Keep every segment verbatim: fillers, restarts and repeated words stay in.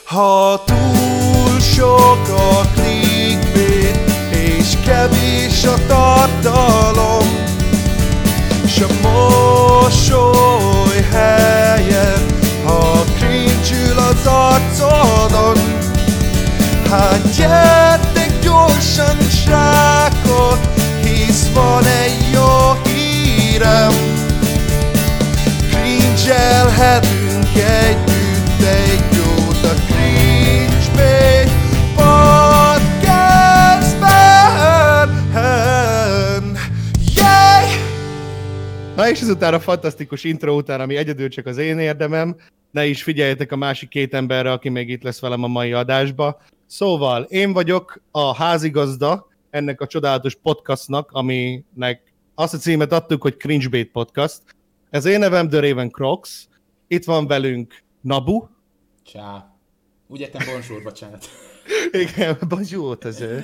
Ha túl sok a clickbait, és kevés a tartalom, s a mosoly helyett, ha cringe-ül az arcodon, hát gyertek gyorsan, srákok, hisz van egy jó hírem. Cringe-elhetünk együtt egy jót a Cringe Bait Podcastben. Yeah! Na és ezután a fantasztikus intro után, ami egyedül csak az én érdemem, ne is figyeljetek a másik két emberre, aki még itt lesz velem a mai adásba. Szóval én vagyok a házigazda ennek a csodálatos podcastnak, aminek azt a címet adtuk, hogy Cringe Bait Podcast. Ez én nevem The Raven Crocs. Itt van velünk Nabu. Csá. Úgy értem bonjour, bocsánat. Igen, bonjour az ők.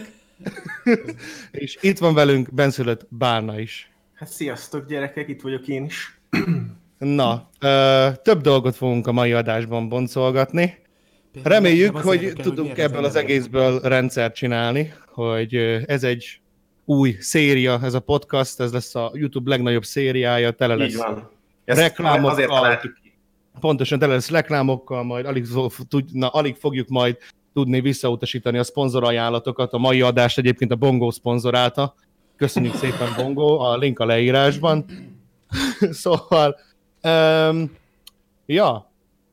És itt van velünk benszülött Bálna is. Hát sziasztok gyerekek, itt vagyok én is. Na, ö, több dolgot fogunk a mai adásban boncolgatni. Reméljük, hogy tudunk ebből az egészből rendszert csinálni, hogy ez egy új széria, ez a podcast, ez lesz a YouTube legnagyobb szériája, tele lesz reklámokkal. Azért találtuk ki. Pontosan tele lesz reklámokkal, majd alig, na, alig fogjuk majd tudni visszautasítani a szponzorajánlatokat. A mai adást egyébként a Bongo szponzorálta. Köszönjük szépen, Bongo, a link a leírásban. Szóval, um, ja.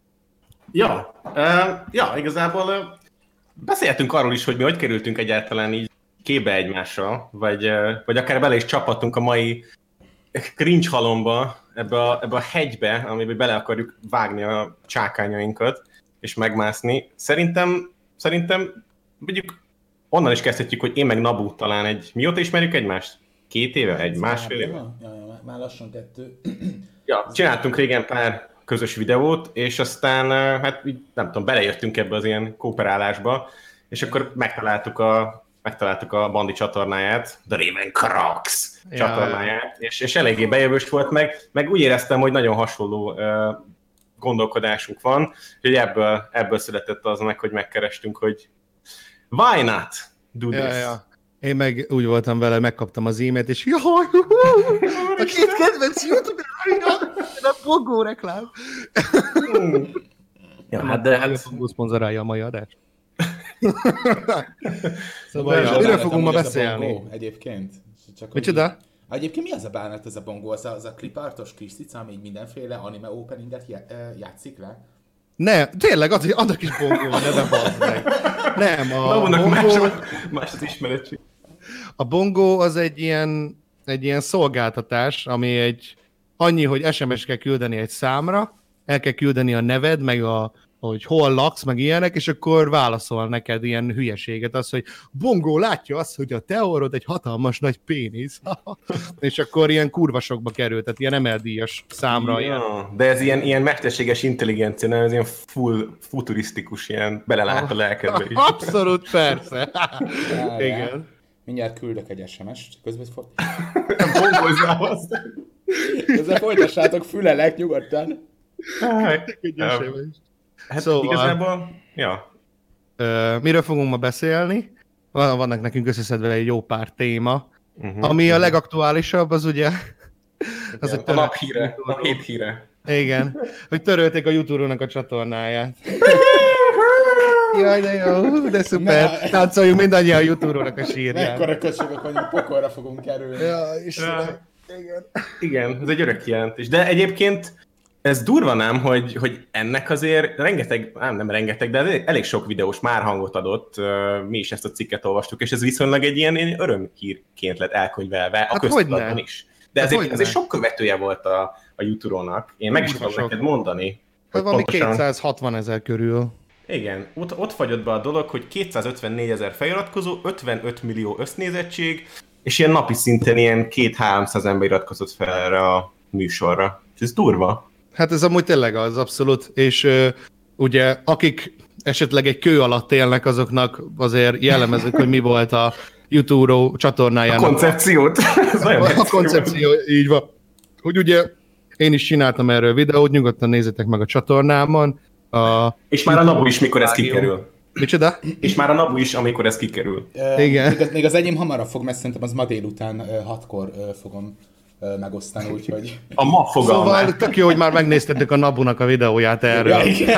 Ja, uh, ja, igazából uh, beszéltünk arról is, hogy mi hogy kerültünk egyáltalán így képbe egymással, vagy, uh, vagy akár bele is csaphatunk a mai cringe halomba, ebbe a, ebbe a hegybe, amiben bele akarjuk vágni a csákányainkat, és megmászni. Szerintem, szerintem mondjuk onnan is kezdhetjük, hogy én meg Nabu talán egy... Mióta ismerjük egymást? Két éve? Egy másfél éve? Ja, ja, már lassan kettő. Ja, csináltunk régen pár közös videót, és aztán hát nem tudom, belejöttünk ebbe az ilyen kooperálásba, és akkor megtaláltuk a, megtaláltuk a Bandi csatornáját, The Raven Crocs ja, csatornáját, és, és eléggé bejövős volt meg, meg úgy éreztem, hogy nagyon hasonló uh, gondolkodásunk van, hogy ebből, ebből született az meg, hogy megkerestünk, hogy why not do this? Ja, ja. Én meg úgy voltam vele, megkaptam az e-mailt, és jaj, a két kedvenc youtuber, a Bongo reklám. Ja, hát de... Hát... Bongo szponzorálja a mai adást. Szóval, ja, miről fogunk ma beszélni? Egyébként. Micsoda? Egyébként mi az a bánat, ez a Bongo? Az a, az a clipartos kis cica, ami mindenféle anime openinget játszik le? Ne, tényleg, az, annak is Bongo van, ne bazd meg. Nem, a Bongo... Más, más az ismeretség. A Bongo az egy ilyen, egy ilyen szolgáltatás, ami egy annyi, hogy es em es kell küldeni egy számra, el kell küldeni a neved, meg a, hogy hol laksz, meg ilyenek, és akkor válaszol neked ilyen hülyeséget, az, hogy Bongo látja azt, hogy a te orrod egy hatalmas nagy pénisz, és akkor ilyen kurvasokba kerül, tehát ilyen em el díjas számra. Ja, ilyen. de ez ilyen, ilyen mesterséges intelligencia, nem? Ez ilyen full futurisztikus, ilyen belelát a lelkedbe is. Abszolút, persze. Igen. Mindjárt küldök egy es em es-t, közben fog... Bongozzál azt. Közben folytassátok, fülelek nyugodtan. Hát, hát szóval, igazából, ja. Uh, miről fogunk ma beszélni? Vannak nekünk összeszedve egy jó pár téma. Uh-huh. Ami a uh-huh. legaktuálisabb, az ugye... Az a naphíre, a hét híre. Igen, hogy törölték a YouTube-nak a csatornáját. Jaj, de jó, de szuper. Táncoljunk mindannyian a YouTube-nak a sírján. Mekkora köcsögök vagyunk, pokolra fogunk kerülni. Ja, Istenem. Igen. Igen, ez egy örök jelentés. De egyébként ez durva nem, hogy, hogy ennek azért rengeteg, nem, nem rengeteg, de elég, elég sok videós már hangot adott. Mi is ezt a cikket olvastuk, és ez viszonylag egy ilyen, ilyen örömhírként lett elkönyvelve a hát köztudatban is. De ezért, hát ezért sok követője volt a, a YouTube-nak. Én meg is tudom neked mondani. Hogy valami pontosan... kétszázhatvan ezer körül. Igen, ott, ott fagyott be a dolog, hogy kétszázötvennégy ezer feliratkozó, ötvenöt millió össznézettség, és ilyen napi szinten ilyen két-háromszáz ember iratkozott fel erre a műsorra. És ez durva. Hát ez amúgy tényleg az, abszolút. És uh, ugye akik esetleg egy kő alatt élnek, azoknak azért jellemezők, hogy mi volt a YouTube csatornájának. A koncepciót. A koncepció, így van. Hogy ugye én is csináltam erről videót, nyugodtan nézzetek meg a csatornámon. a... És már a Nabu is, mikor ez kikerül. Micsoda? És már a Nabu is, amikor ez kikerül. Uh, Igen. Még az, még az enyém hamarabb fog, mert szerintem az ma délután uh, hatkor uh, fogom uh, megosztani, úgyhogy... A ma fogalmát. Szóval tök jó, hogy már megnéztetek a Nabunak a videóját erről. Ja, igen.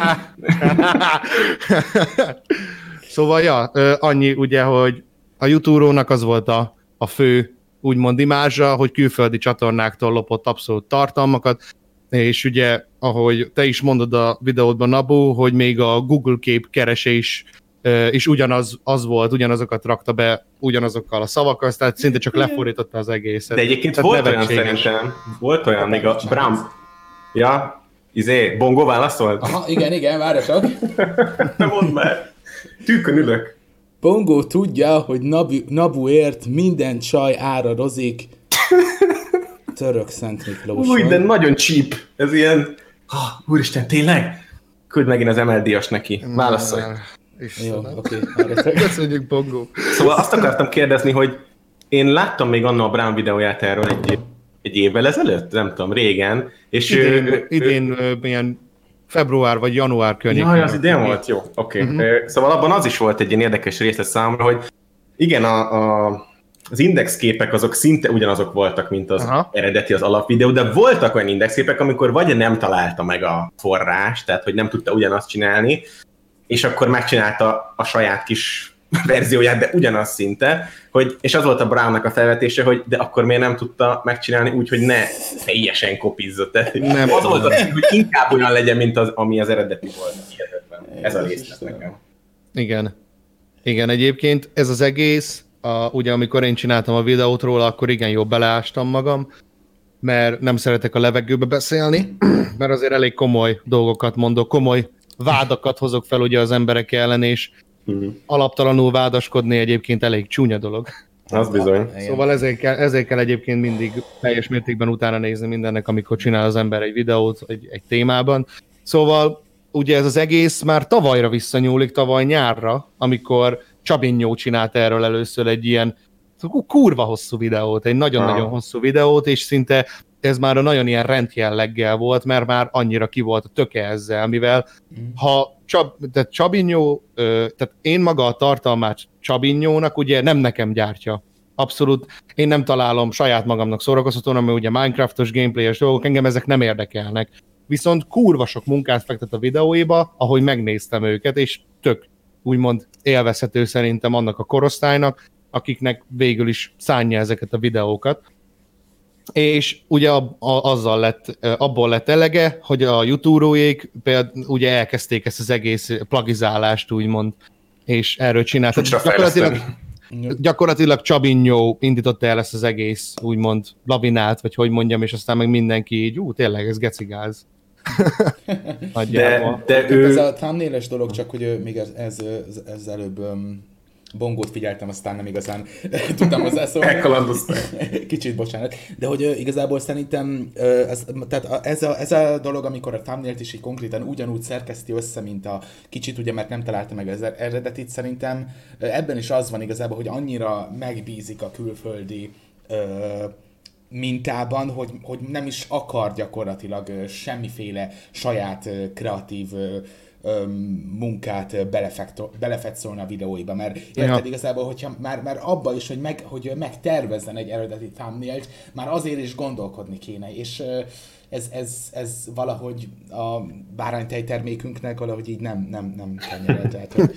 Szóval, ja, annyi ugye, hogy a YouTube-nak az volt a, a fő, úgymond imázsa, hogy külföldi csatornáktól lopott abszolút tartalmakat, és ugye, ahogy te is mondod a videódban, Nabu, hogy még a Google kép keresés is ugyanaz az volt, ugyanazokat rakta be ugyanazokkal a szavakkal, tehát szinte csak lefordította az egészet. De egyébként tehát volt olyan nevetséges. szerintem, volt olyan még a Brown... Ja, izé, Bongo válaszolt? Aha, igen, igen, várj csak. Ne mondd már. Tűkön ülök. Bongo tudja, hogy Nabu, Nabuért minden csaj áradozik. Török Szent Miklós. Új, de nagyon cheap. Ez ilyen... Oh, úristen, tényleg? Küld megint az em el dé-as neki. Válaszolj. Jó, oké. Okay. Köszönjük, Bongo. Szóval azt akartam kérdezni, hogy én láttam még anna a Brown videóját erről egy, egy évvel ezelőtt, nem tudom, régen. És idén, ő, idén ő, milyen február vagy január környékén. Jaj, az idén volt? Jó, oké. Okay. Uh-huh. Szóval abban az is volt egy ilyen érdekes része számomra, hogy igen, a, a, az indexképek azok szinte ugyanazok voltak, mint az Aha. eredeti, az alapvideó, de voltak olyan indexképek, amikor vagy nem találta meg a forrás, tehát hogy nem tudta ugyanazt csinálni, és akkor megcsinálta a saját kis verzióját, de ugyanaz szinte, hogy, és az volt a Brownnak a felvetése, hogy de akkor miért nem tudta megcsinálni úgy, hogy ne teljesen kopizzott. Tehát nem. Az volt az, hogy inkább olyan legyen, mint az, ami az eredeti volt. Hihetetlen. Ez a rész nekem. Igen. Igen, egyébként ez az egész, a, ugye amikor én csináltam a videót róla, akkor igen, jó beleástam magam, mert nem szeretek a levegőbe beszélni, mert azért elég komoly dolgokat mondok, komoly vádakat hozok fel ugye az emberek ellen, és mm. alaptalanul vádaskodni egyébként elég csúnya dolog. Az bizony. Szóval ezért kell, ezért kell egyébként mindig teljes mértékben utána nézni mindennek, amikor csinál az ember egy videót egy, egy témában. Szóval ugye ez az egész már tavalyra visszanyúlik, tavaly nyárra, amikor Csabinyó csinált erről először egy ilyen kurva hosszú videót, egy nagyon-nagyon hosszú videót, és szinte ez már a nagyon ilyen rendjelleggel volt, mert már annyira ki volt a töke ezzel, mivel mm. ha Csab, tehát Csabinyó, tehát én maga a tartalmát Csabinyónak ugye nem nekem gyártja. Abszolút én nem találom saját magamnak szórakoztatóan, mert ugye Minecraftos gameplayes dolgok, engem ezek nem érdekelnek. Viszont kurva sok munkát fektet a videóiba, ahogy megnéztem őket, és tök úgymond élvezhető szerintem annak a korosztálynak, akiknek végül is szánja ezeket a videókat. És ugye a, a, azzal lett, abból lett elege, hogy a YouTube-róék például ugye elkezdték ezt az egész plagizálást, úgymond, és erről csináltak. Gyakorlatilag, gyakorlatilag Csabinyó indította el ezt az egész, úgymond, lavinát, vagy hogy mondjam, és aztán meg mindenki így, ú, tényleg, ez gecigáz. de, de ő... Ez a thumbnail-es dolog, csak hogy még ez, ez, ez, ez előbb um, Bongót figyeltem, aztán nem igazán tudtam hozzászólni. Elkalandoztam. Kicsit, bocsánat. De hogy uh, igazából szerintem uh, ez, tehát ez, a, ez a dolog, amikor a thumbnail-t is így konkrétan ugyanúgy szerkeszti össze, mint a kicsit, ugye, mert nem találta meg az eredetit, szerintem uh, ebben is az van igazából, hogy annyira megbízik a külföldi uh, mintában, hogy, hogy nem is akar gyakorlatilag uh, semmiféle saját uh, kreatív uh, munkát belefetszolni a videóiba, mert érted ja. igazából, hogyha már, már abba is, hogy, meg, hogy megtervezzen egy eredeti thumbnailt, már azért is gondolkodni kéne, és ez, ez, ez valahogy a báránytej termékünknek valahogy így nem, nem, nem kenyerel, tehát, hogy...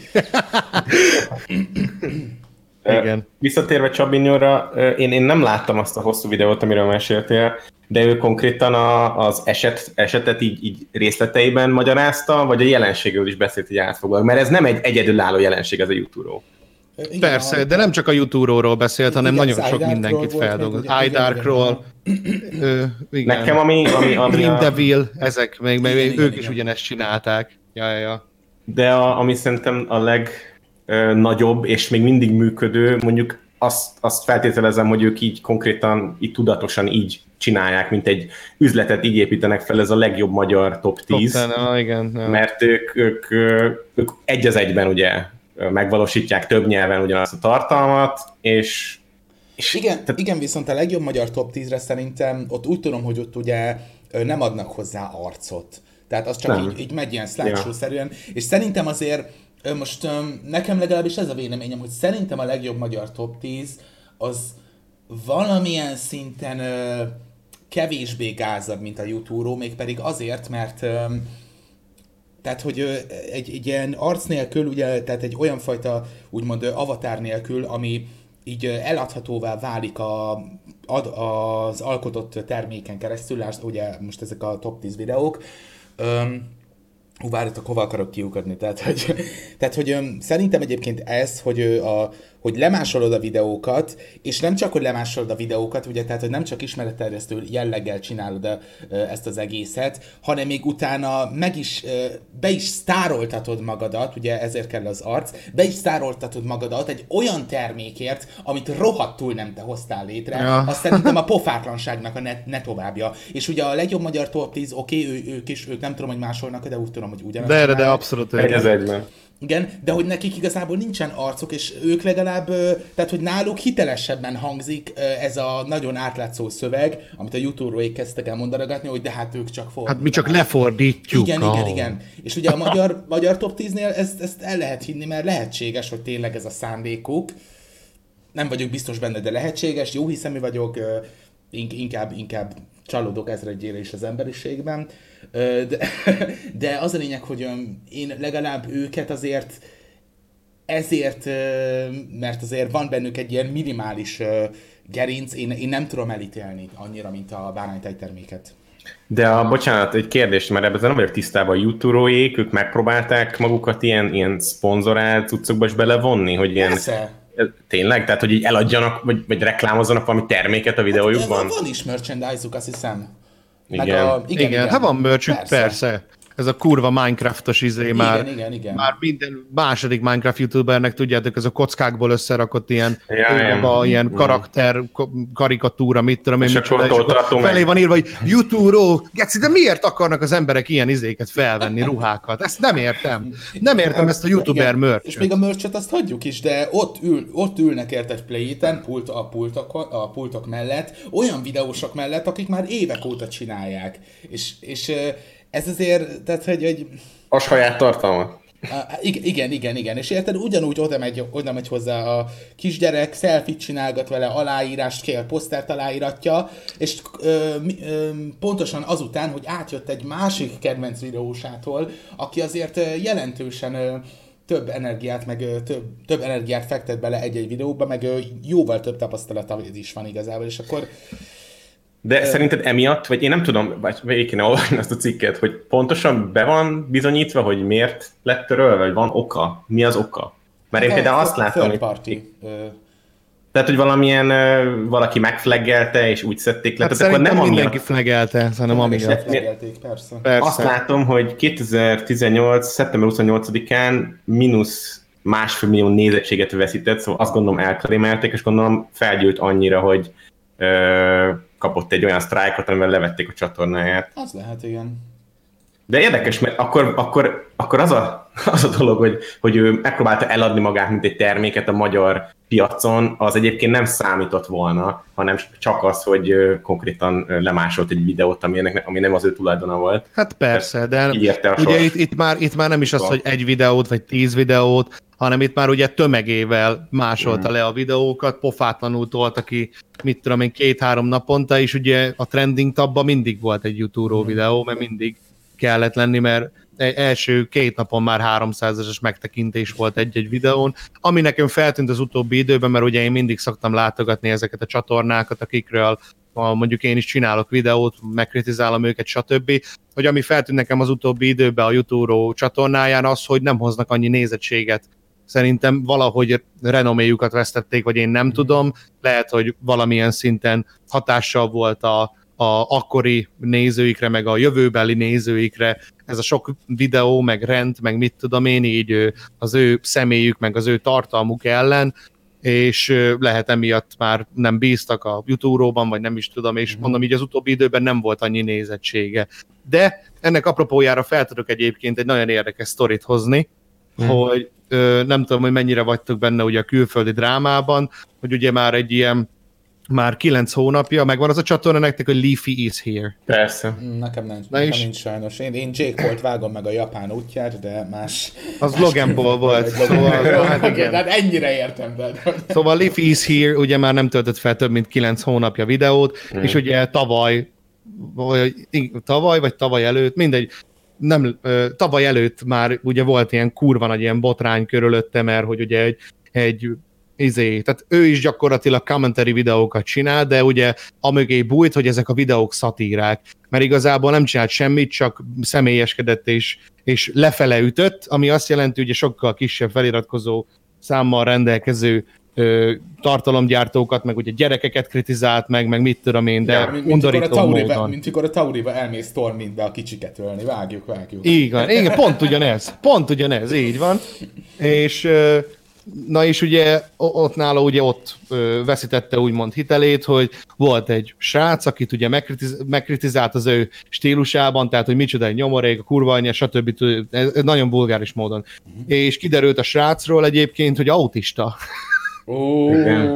Igen. Visszatérve Csabinyóra, én, én nem láttam azt a hosszú videót, amiről meséltél, de ő konkrétan a, az eset, esetet így, így részleteiben magyarázta, vagy a jelenségről is beszélt így átfoglalva, mert ez nem egy egyedülálló jelenség, ez a YouTube-ról. Persze, de nem csak a YouTube-ról beszélt, hanem igen, nagyon sok mindenkit feldolgozott. iDarkról, nekem ami... ami, ami Dream Devil, ezek, még, még igen, ők igen, is igen. ugyanezt csinálták. Ja, ja, ja. De a, ami szerintem a legnagyobb és még mindig működő, mondjuk azt, azt feltételezem, hogy ők így konkrétan, így tudatosan így csinálják, mint egy üzletet így építenek fel, ez a legjobb magyar top tíz. Top ten, ah, igen, ja. Mert ők, ők, ők egy az egyben ugye megvalósítják több nyelven ugyanazt a tartalmat, és... és igen, tehát... igen, viszont a legjobb magyar top tízre szerintem ott úgy tudom, hogy ott ugye nem adnak hozzá arcot. Tehát az csak így, így megy ilyen slideshow-szerűen. Ja. És szerintem azért, most nekem legalábbis ez a véleményem, hogy szerintem a legjobb magyar top tíz az valamilyen szinten kevésbé gázabb, mint a YouTube, mégpedig azért, mert tehát, hogy egy, egy ilyen arc nélkül, ugye, tehát egy olyan fajta úgymond avatar nélkül, ami így eladhatóvá válik a, ad, az alkotott terméken keresztül, lásd, ugye most ezek a top tíz videók. Um, Hú, várjatok, hova akarok kiukadni? Tehát, hogy, tehát, hogy um, szerintem egyébként ez, hogy, a, hogy lemásolod a videókat, és nem csak, hogy lemásolod a videókat, ugye, tehát, hogy nem csak ismeretterjesztő jelleggel csinálod a, ezt az egészet, hanem még utána meg is, be is sztároltatod magadat, ugye ezért kell az arc, be is sztároltatod magadat egy olyan termékért, amit rohadtul nem te hoztál létre, ja. Azt szerintem a pofátlanságnak a ne, ne továbbja. És ugye a legjobb magyar top tíz, oké, okay, ő, ők is, ők nem tudom, hogy másolnak, de úgy tudom, hogy ugyanazt De, de abszolút. Egy az egyben. Igen, de hogy nekik igazából nincsen arcok, és ők legalább, tehát hogy náluk hitelesebben hangzik ez a nagyon átlátszó szöveg, amit a YouTube-ról kezdtek el mondanogatni, hogy de hát ők csak fordítják. Hát mi csak lefordítjuk. Igen, oh. igen, igen. És ugye a magyar, magyar top tíznél ezt, ezt el lehet hinni, mert lehetséges, hogy tényleg ez a szándékuk. Nem vagyok biztos benne, de lehetséges, jó hiszemű vagyok, inkább, inkább csalódok ezredjére is az emberiségben. De, de az a lényeg, hogy én legalább őket azért ezért, mert azért van bennük egy ilyen minimális gerinc, én, én nem tudom elítélni annyira, mint a báránytejterméket. De a, bocsánat, egy kérdés, mert ebben nem vagyok tisztában, a YouTube-róék, ők megpróbálták magukat ilyen, ilyen szponzorált cuccokba is belevonni, hogy ilyen... Persze. Tényleg? Tehát, hogy így eladjanak, vagy, vagy reklámozzanak valami terméket a videójukban? Hát, van is merchandise-uk, azt hiszem. Igen. A, igen, igen, igen. Hát van merchük, persze. persze. Ez a kurva Minecraftos izé igen, már, igen, igen. már minden második Minecraft youtubernek, tudjátok, ez a kockákból összerakott ilyen, ja, a, ilyen karakter, karikatúra, mit tudom én, mit csinál, felé van írva, hogy YouTube-ról, Geci, de miért akarnak az emberek ilyen izéket felvenni, ruhákat? Ezt nem értem. Nem értem ezt a youtuber merch. És még a merchet azt hagyjuk is, de ott, ül, ott ülnek érted Play-ten, pult, a, pultok, a pultok mellett, olyan videósok mellett, akik már évek óta csinálják. És, és ez azért, tehát, hogy... hogy a saját tartalma. Igen, igen, igen, igen. És érted, ugyanúgy oda megy, oda megy hozzá a kisgyerek, selfie-t csinálgat vele, aláírást kér, posztert aláíratja, és ö, ö, pontosan azután, hogy átjött egy másik kedvenc videósától, aki azért jelentősen ö, több energiát, meg ö, több, több energiát fektet bele egy-egy videóba, meg ö, jóval több tapasztalata is van igazából, és akkor... De uh, szerinted emiatt, vagy én nem tudom, vagy végig kéne olvasni azt a cikket, hogy pontosan be van bizonyítva, hogy miért lett törölve, vagy van oka? Mi az oka? Mert én például azt látom, hogy... Party, uh, tehát, hogy valamilyen uh, valaki megflaggelte, és úgy szedték le. Hát tehát akkor nem mindenki amiatt... flaggelte, hanem amiatt. Flaggelték, persze. persze. Azt látom, hogy kétezer-tizennyolc. szeptember huszonnyolcadikán mínusz másfél millió nézettséget veszített, szóval azt gondolom elkarimelték, és gondolom felgyűlt annyira, hogy uh, kapott egy olyan sztrájkot, amivel levették a csatornáját. Az lehet, igen. De érdekes, mert akkor, akkor, akkor az, a, az a dolog, hogy, hogy ő megpróbálta eladni magát, mint egy terméket a magyar piacon, az egyébként nem számított volna, hanem csak az, hogy konkrétan lemásolt egy videót, ami, ennek, ami nem az ő tulajdona volt. Hát persze, de ugye itt, itt, már, itt már nem is az, hogy egy videót, vagy tíz videót, hanem itt már ugye tömegével másolta mm. le a videókat, pofátlanul tolta ki, mit tudom én, két-három naponta, és ugye a trending tabban mindig volt egy YouTube mm. videó, mert mindig kellett lenni, mert első két napon már háromszázezres megtekintés volt egy-egy videón, ami nekem feltűnt az utóbbi időben, mert ugye én mindig szoktam látogatni ezeket a csatornákat, akikről mondjuk én is csinálok videót, megkritizálom őket, stb. Hogy ami feltűnt nekem az utóbbi időben a YouTube csatornáján az, hogy nem hoznak annyi nézettséget. Szerintem valahogy renoméjukat vesztették, vagy én nem tudom, lehet, hogy valamilyen szinten hatással volt a, a akkori nézőikre, meg a jövőbeli nézőikre ez a sok videó, meg rend, meg mit tudom én így az ő személyük, meg az ő tartalmuk ellen, és lehet emiatt már nem bíztak a YouTube-ban, vagy nem is tudom, és mondom, így az utóbbi időben nem volt annyi nézettsége. De ennek apropójára fel tudok egyébként egy nagyon érdekes sztorit hozni, hmm. hogy ö, nem tudom, hogy mennyire vagytok benne ugye a külföldi drámában, hogy ugye már egy ilyen már kilenc hónapja, megvan az a csatorna nektek, hogy Leafy is here. Persze. Nekem nincs, Na nekem és- nincs sajnos. Én, én Jake Paul-t vágom meg a japán útját, de más... Az Logan Paul volt. Vagy Logan Szóval, Paul. hát igen. Hát ennyire értem, de... Szóval Leafy is here ugye már nem töltött fel több mint kilenc hónapja videót, Hmm. és ugye tavaly, vagy, tavaly, vagy tavaly előtt, mindegy, nem, ö, tavaly előtt már ugye volt ilyen kurva nagy ilyen botrány körülötte, mert hogy ugye egy, egy izé, tehát ő is gyakorlatilag commentary videókat csinál, de ugye amögé bújt, hogy ezek a videók szatírák, mert igazából nem csinált semmit, csak személyeskedett és, és lefele ütött, ami azt jelenti, hogy sokkal kisebb feliratkozó számmal rendelkező ö, tartalomgyártókat, meg ugye gyerekeket kritizált meg, meg mit tudom én, de Ja, ja, mint, mint, mikor a undorító Tauriba, módon. mint mikor a Tauriba elmész Stormwindbe a kicsiket ölni. Vágjuk, vágjuk. Igen, igen, pont ugyanez, pont ugyanez, így van. És ö, na és ugye o- ott nála ugye ott ö, veszítette úgymond hitelét, hogy volt egy srác, akit ugye megkritiz- megkritizált az ő stílusában, tehát hogy micsoda egy nyomorék, a kurva anyja, stb. tő- ez- ez nagyon vulgáris módon. Mhm. És kiderült a srácról egyébként, hogy autista. Ó,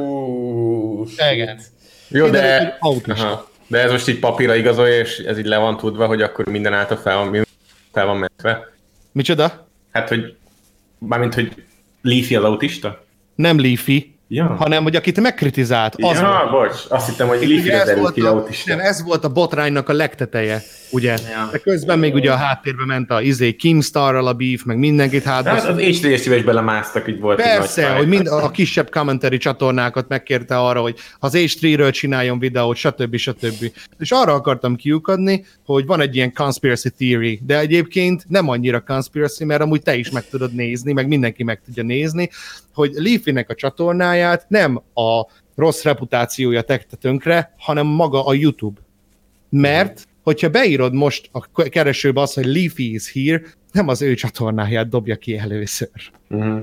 Igen. Jó, Kiderült, de... hogy autista. Aha. De ez most így papírra igazolja, és ez így le van tudva, hogy akkor minden által fel van, fel van mentve. Micsoda? Hát, hogy... Mármint, hogy Leafy az autista? Nem Leafy, Ja. hanem hogy akit megkritizált, az ja, volt. bocs, azt hittem, hogy Itt Leafy ugye az ez derült volt, ki a, autista. nem, ez volt a botránynak a legteteje, ugye? Ja. De közben még ugye a háttérbe ment a izé Keemstarral a beef, meg mindenkit hátba. Hát az há té es is belemásztak, így volt egy nagy Persze, fáj. hogy mind a a kisebb commentary csatornákat megkérte arra, hogy az há té-ről csináljon videót, stb. stb. És arra akartam kiukadni, hogy van egy ilyen conspiracy theory, de egyébként nem annyira conspiracy, mert amúgy te is meg tudod nézni, meg mindenki meg tudja nézni, hogy Leafynek a csatornáját nem a rossz reputációja tekte tönkre, hanem maga a YouTube. Mert, hogyha beírod most a keresőbe azt, hogy Leafy is here, nem az ő csatornáját dobja ki először. Mhm.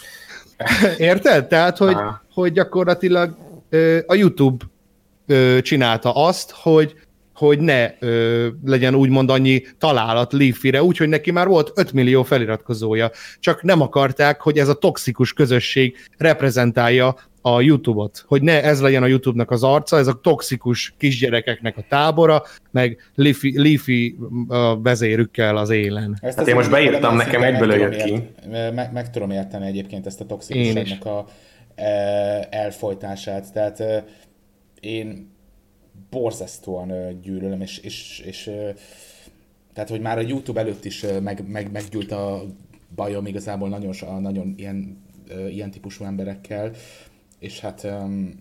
Érted? Tehát, hogy, Aha. hogy gyakorlatilag ö, a YouTube ö, csinálta azt, hogy hogy ne ö, legyen úgymond annyi találat Leafyre, úgyhogy neki már volt öt millió feliratkozója. Csak nem akarták, hogy ez a toxikus közösség reprezentálja a YouTube-ot. Hogy ne ez legyen a YouTube-nak az arca, ez a toxikus kisgyerekeknek a tábora, meg Leafy, Leafy a vezérükkel az élen. Ezt Hát én most azért beírtam, valamilyen nekem szinten egyből meg tudom jött ki. ért- Meg, meg tudom érteni egyébként ezt a Én toxikusságnak a e, elfolytását. Tehát e, én borzasztóan e, gyűlölöm, és, és, és e, tehát, hogy már a YouTube előtt is e, meg, meg, meggyűlt a bajom igazából nagyon, so- nagyon ilyen, e, ilyen típusú emberekkel, és hát um,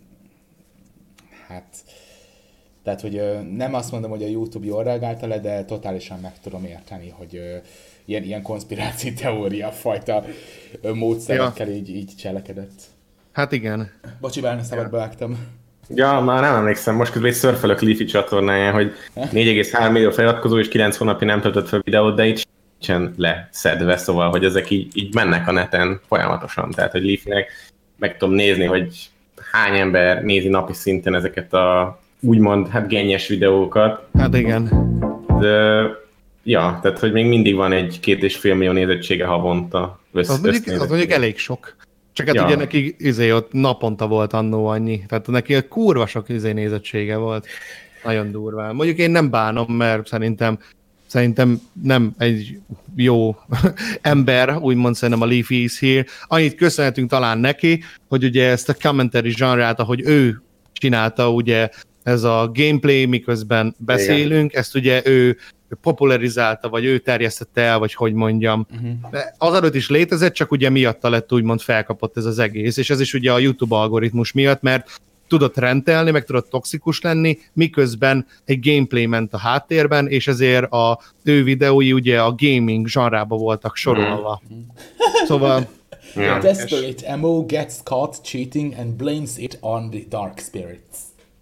hát tehát, hogy ö, nem azt mondom, hogy a YouTube jól reagálta le, de totálisan meg tudom érteni, hogy ö, ilyen, ilyen konspiráció teória fajta ö, módszerekkel így, így cselekedett. Hát igen. Bocsi, bár ne szabadba vágtam. Ja, már nem emlékszem, most közben egy szörfölök Leafy csatornáján, hogy négy egész három millió feliratkozó és kilenc hónapja nem töltött fel videót, de itt sincsen leszedve, szóval, hogy ezek így, így mennek a neten folyamatosan. Tehát, hogy Leafynek meg tudom nézni, hogy hány ember nézi napi szinten ezeket a úgymond, hát gennyes videókat. Hát igen. De, ja, tehát, hogy még mindig van egy két és fél millió nézettsége havonta. Össz, Az mondjuk, az mondjuk elég sok. Csak hát ja. ugye neki izé, ott naponta volt annó annyi. Tehát neki a kurva sok izé nézettsége volt. Nagyon durván. Mondjuk én nem bánom, mert szerintem szerintem nem egy jó ember, úgymond szerintem a Leafy is here. Annyit köszönhetünk talán neki, hogy ugye ezt a commentary zsanrát, ahogy ő csinálta, ugye ez a gameplay, miközben beszélünk, igen. Ezt ugye ő popularizálta, vagy ő terjesztette el, vagy hogy mondjam. Uh-huh. Az előtt is létezett, csak ugye miatta lett úgymond felkapott ez az egész, és ez is ugye a YouTube algoritmus miatt, mert tudott rendelni, meg tudott toxikus lenni, miközben egy gameplay ment a háttérben, és ezért a ő videói ugye a gaming zsanrába voltak sorolva. Mm. Szóval... Yeah. A desperate emo gets caught cheating and blames it on the dark spirits.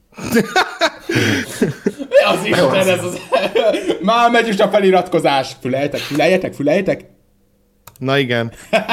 Mi az Isten ez az... Már megy is a feliratkozás! Füleljetek, füleljetek, füleljetek! Na igen.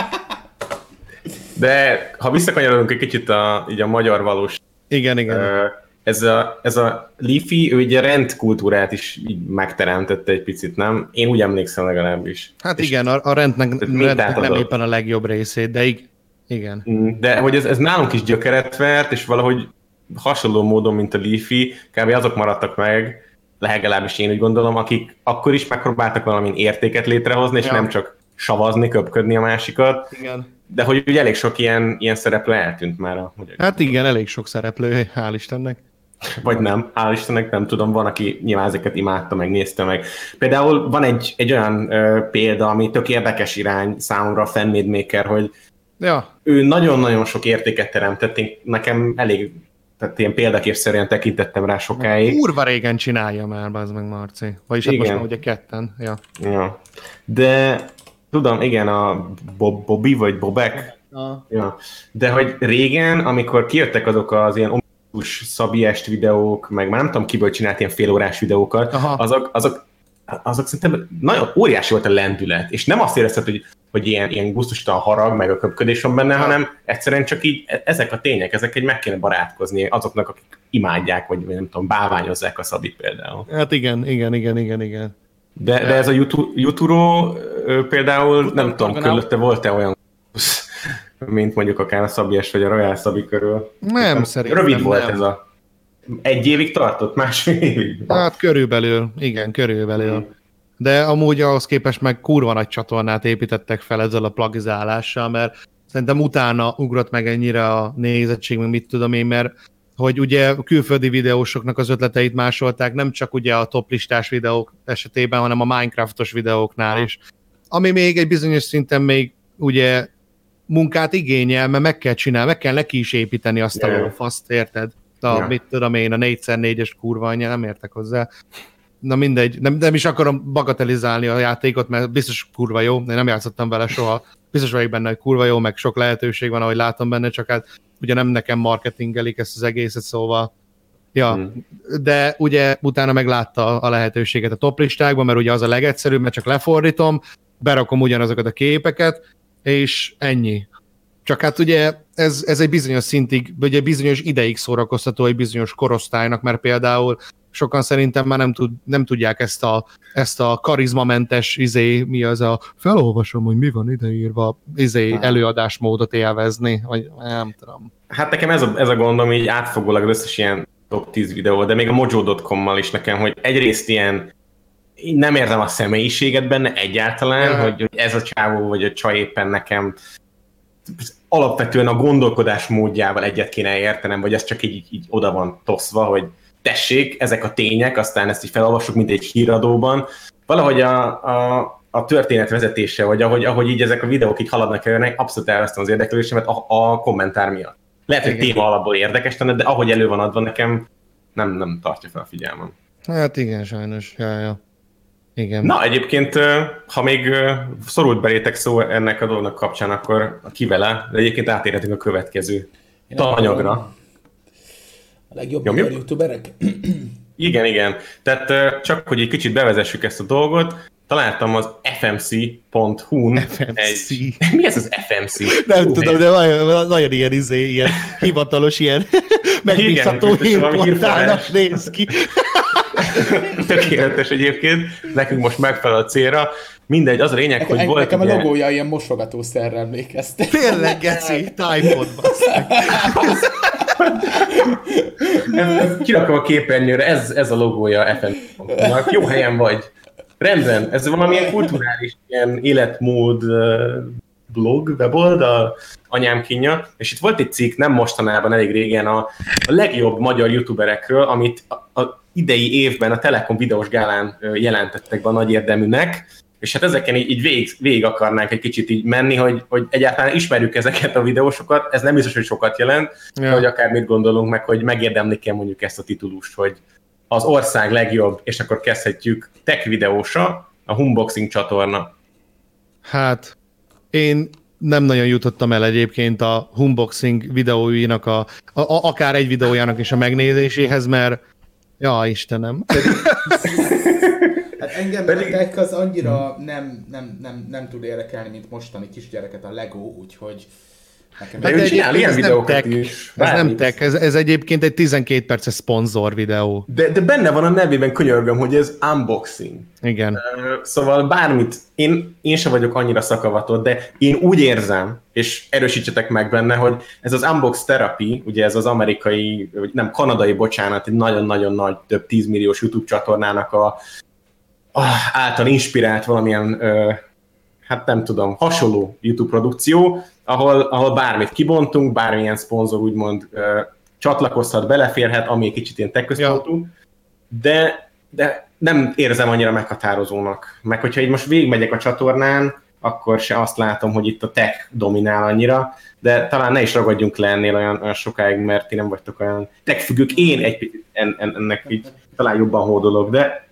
De ha visszakanyarodunk egy kicsit a, így a magyar valós. Igen, igen. Ez a, ez a Leafy, ő ugye rendkultúrát is így megteremtette egy picit, nem? Én úgy emlékszem legalábbis. Hát és igen, a, a rendnek, rendnek nem éppen a legjobb részét, de ig- igen. De hogy ez, ez nálunk is gyökeret vert, és valahogy hasonló módon, mint a Leafy, kb. Azok maradtak meg, legalábbis én úgy gondolom, akik akkor is megpróbáltak valamin értéket létrehozni, és ja. nem csak savazni, köpködni a másikat. Igen. De hogy ugye elég sok ilyen, ilyen szereplő eltűnt már a magyar. Hát igen, elég sok szereplő, hál' Istennek. Vagy nem, hál' Istennek, nem tudom, van, aki nyilván ezeket imádta, meg nézte meg. Például van egy, egy olyan ö, példa, ami tök érdekes irány számomra a Fan-Made Maker, hogy ja. ő nagyon-nagyon sok értéket teremtett, én nekem elég, tehát ilyen példaképszerűen tekintettem rá sokáig. Kurva régen csinálja már, bazd meg Marci. Vagyis hát most már ugye ketten. Ja. Ja. De tudom, igen, a Bob, Bobby vagy Bobek. Ja. Ja. De hogy régen, amikor kijöttek azok az ilyen omnikus Szabiest videók, meg már nem tudom kiből csinált ilyen félórás videókat, azok, azok, azok szerintem nagyon óriási volt a lendület. És nem azt érezted, hogy, hogy ilyen, ilyen gusztustalan harag, meg a köpködés van benne, hanem egyszerűen csak így ezek a tények, ezek egy meg kéne barátkozni azoknak, akik imádják, vagy nem tudom, bálványozzák a Szabit például. Hát igen, igen, igen, igen, igen. De, de ez a Juturo például, nem tudom, körülötte volt-e olyan mint mondjuk akár a Szabies vagy a Royal Szabi körül. Nem, szerintem rövid volt nem. Ez a... Egy évig tartott? Másfél évig? Hát körülbelül, igen, körülbelül. Hmm. De amúgy ahhoz képest meg kurva nagy csatornát építettek fel ezzel a plagizálással, mert szerintem utána ugrott meg ennyire a nézettség, meg mit tudom én, mert hogy ugye a külföldi videósoknak az ötleteit másolták, nem csak ugye a toplistás videók esetében, hanem a Minecraftos videóknál is. Ami még egy bizonyos szinten még ugye munkát igényel, mert meg kell csinálni, meg kell neki is építeni azt a lófaszt, érted? A, yeah. Mit tudom én, a négy szer négyes kurva anyja, nem értek hozzá. Na mindegy, nem, nem is akarom bagatelizálni a játékot, mert biztos kurva jó, én nem játszottam vele soha. Biztos vagyok benne, hogy kurva jó, meg sok lehetőség van, ahogy látom benne, csak hát ugye nem nekem marketingelik ezt az egészet, szóval ja, hmm. de ugye utána meglátta a lehetőséget a toplistákban, mert ugye az a legegyszerűbb, mert csak lefordítom, berakom ugyanazokat a képeket, és ennyi. Csak hát ugye ez, ez egy bizonyos szintig, vagy egy bizonyos ideig szórakoztató egy bizonyos korosztálynak, mert például sokan szerintem már nem, tud, nem tudják ezt a, ezt a karizmamentes izé, mi az a felolvasom, hogy mi van ideírva, izé előadásmódot élvezni, vagy nem tudom. Hát nekem ez a, ez a gondom így átfogólag az összes ilyen top tíz videó, de még a mojo pont com-mal is nekem, hogy egyrészt ilyen nem érzem a személyiséget benne egyáltalán, yeah. hogy, hogy ez a csávó vagy a csaj éppen nekem alapvetően a gondolkodás módjával egyet kéne értenem, vagy ez csak így, így oda van toszva, hogy tessék, ezek a tények, aztán ezt így felolvassuk, mint egy híradóban. Valahogy a, a, a történet vezetése, vagy ahogy, ahogy így ezek a videók így haladnak el, abszolút elvesztem az érdeklődésemet a, a kommentár miatt. Lehet, hogy téma alapból érdekes lenne, de ahogy elő van adva nekem, nem, nem tartja fel a figyelmem. Hát igen, sajnos. Ja, ja. Igen. Na, egyébként, ha még szorult belétek szó ennek a dolognak kapcsán, akkor ki vele, de egyébként átérhetünk a következő tananyagra. A legjobb magyar youtuberek? Igen, igen. Tehát csak, hogy egy kicsit bevezessük ezt a dolgot, találtam az ef em cé pont hu-n ef em cé. Egy... Mi ez az ef em cé? Nem uh, tudom, de nagyon, nagyon ilyen, izé, ilyen hivatalos, ilyen megbízható hírportálnak néz ki. Tökéletes egyébként, nekünk most megfelel a célra. Mindegy, az a lényeg, nekem, hogy volt... Nekem ugye... a logója ilyen mosogatószerre emlékeztet. Tényleg, geci, Typod, basszak. Kirakom a képernyőre, ez, ez a logója ef em cé-nak. Jó helyen vagy. Rendben, ez valamilyen kulturális ilyen életmód blog, weboldal, anyám kínja, és itt volt egy cikk, nem mostanában, elég régen a, a legjobb magyar youtuberekről, amit a, a idei évben a Telekom videós gálán jelentettek be a nagy érdeműnek, és hát ezeken így, így végig, végig akarnánk egy kicsit így menni, hogy, hogy egyáltalán ismerjük ezeket a videósokat, ez nem biztos, hogy sokat jelent, ja. Hogy akármit gondolunk meg, hogy megérdemlik kell mondjuk ezt a titulust, hogy az ország legjobb, és akkor kezdhetjük tech videósa, a Unboxing csatorna. Hát, én nem nagyon jutottam el egyébként a Unboxing videóinak, a, a, a, akár egy videójának is a megnézéséhez, mert ja, Istenem. Hát engem Pedig... a tech az annyira nem, nem, nem, nem tud érdekelni, mint mostani kisgyereket a Lego, úgyhogy Nekem De Hát ő de csinál egyébként ilyen ez nem videókat tech, is. Ez Bármi. nem tech, ez, ez egyébként egy tizenkét perces szponzor videó. De, de benne van a nevében, könyörgöm, hogy ez unboxing. Igen. Ö, Szóval bármit, én, én sem vagyok annyira szakavatott, de én úgy érzem, és erősítsetek meg benne, hogy ez az Unbox Therapy, ugye ez az amerikai, vagy nem, kanadai, bocsánat, egy nagyon-nagyon nagy, több tízmilliós YouTube csatornának a, a által inspirált valamilyen, ö, hát nem tudom, hasonló YouTube produkció, ahol, ahol bármit kibontunk, bármilyen szponzor úgymond ö, csatlakozhat, beleférhet, ami egy kicsit ilyen tech központú, ja. de, de nem érzem annyira meghatározónak. Meg hogyha így most végigmegyek a csatornán, akkor se azt látom, hogy itt a tech dominál annyira, de talán ne is ragadjunk le ennél olyan, olyan sokáig, mert ti nem vagytok olyan tech-függők. Én egy picit en, en, ennek így talán jobban hódolok, de...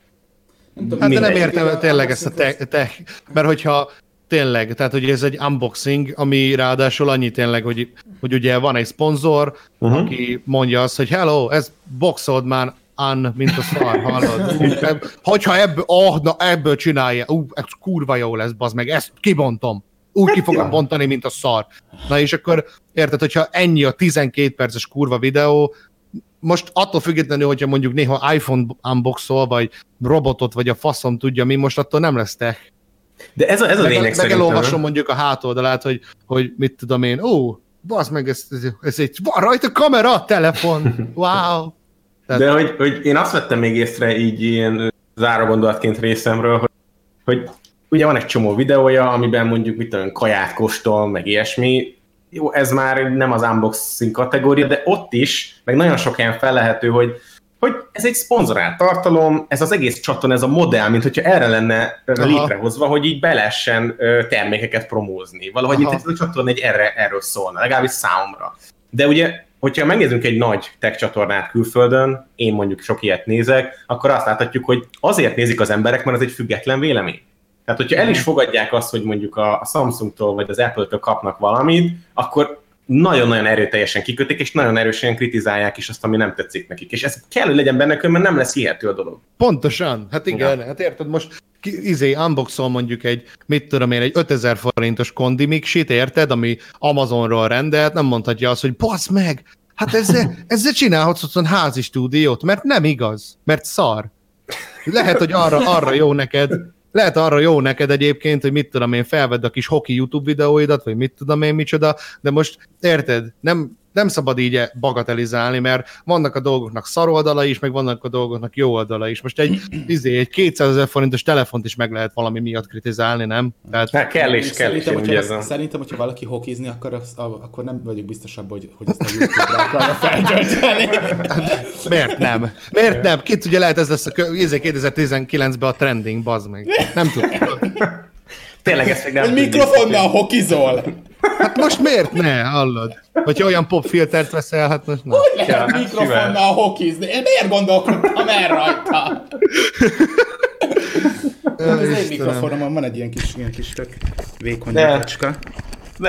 Hát de nem értem tényleg ezt a tech, tech, mert hogyha tényleg, tehát hogy ez egy unboxing, ami ráadásul annyi tényleg, hogy, hogy ugye van egy szponzor, uh-huh. aki mondja azt, hogy hello, ez boxold már an, mint a szar, hallod? Hogyha ebből, oh, na ebből csinálja, ú, ez kurva jó lesz, bazd meg, ezt kibontom. Úgy ki fogom bontani, mint a szar. Na és akkor érted, hogyha ennyi a tizenkét perces kurva videó, most attól függetlenül, hogyha mondjuk néha iPhone unboxol, vagy robotot, vagy a faszom tudja mi, most attól nem lesz tech. De ez a, ez a lényeg meg, szerintem. Megelolvasom mondjuk a hátoldalát, hogy, hogy mit tudom én, ó, bazd meg, ez, ez, ez egy, van rajta kamera, telefon, wow. Tehát... De hogy, hogy én azt vettem még észre így ilyen záró gondolatként részemről, hogy, hogy ugye van egy csomó videója, amiben mondjuk mit tudom, kaját kóstol, meg ilyesmi. Jó, ez már nem az unboxing kategória, de ott is, meg nagyon sok helyen fellehető, hogy hogy ez egy szponzorált tartalom, ez az egész csatorna, ez a modell, mint hogyha erre lenne Aha. létrehozva, hogy így be lehessen termékeket promózni. Valahogy Aha. itt ez a csatorna egy erre, erről szólna, legalábbis számomra. De ugye, hogyha megnézzünk egy nagy tech csatornát külföldön, én mondjuk sok ilyet nézek, akkor azt láthatjuk, hogy azért nézik az emberek, mert ez egy független vélemény. Tehát, hogyha el is fogadják azt, hogy mondjuk a Samsungtól vagy az Apple-től kapnak valamit, akkor nagyon-nagyon erőteljesen kikötik, és nagyon erősen kritizálják is azt, ami nem tetszik nekik. És ez kell, hogy legyen benne, mert nem lesz hihető a dolog. Pontosan. Hát igen, ja. hát érted, most izé, unboxol mondjuk egy, mit tudom én, egy ötezer forintos kondimixit, érted, ami Amazonról rendelt, nem mondhatja azt, hogy bassz meg, hát ezzel, ezzel csinálhatsz otthon házi stúdiót, mert nem igaz, mert szar. Lehet, hogy arra, arra jó neked, Lehet arra jó neked egyébként, hogy mit tudom én, felvedd a kis hoki YouTube videóidat, vagy mit tudom én micsoda, de most érted, nem, nem szabad így bagatelizálni, mert vannak a dolgoknak szar oldala is, meg vannak a dolgoknak jó oldala is. Most egy, izé, egy kétszázezer forintos telefont is meg lehet valami miatt kritizálni, nem? Tehát... Hát kell is, kell is. Szerintem, hogyha, szerintem, hogyha valaki hokizni akar, az, akkor nem vagyok biztos abban, hogy, hogy ezt a YouTube-ra akarja feltölteni. Miért nem? Miért nem? Ki tudja, lehet ez lesz a kétezer-tizenkilencben a trending, bazd meg. Nem tudom. Tényleg ezt még nem hogy mikrofonnal hokizol. Hát most miért ne, hallod? Hogyha olyan popfiltert veszel, hát most nem. Hogy lehet ja, mikrofonnal hokizni? Én miért gondolkodtam el rajta? Hát az én mikrofonomon van egy ilyen kis, ilyen kis tök vékony kacska. Ne.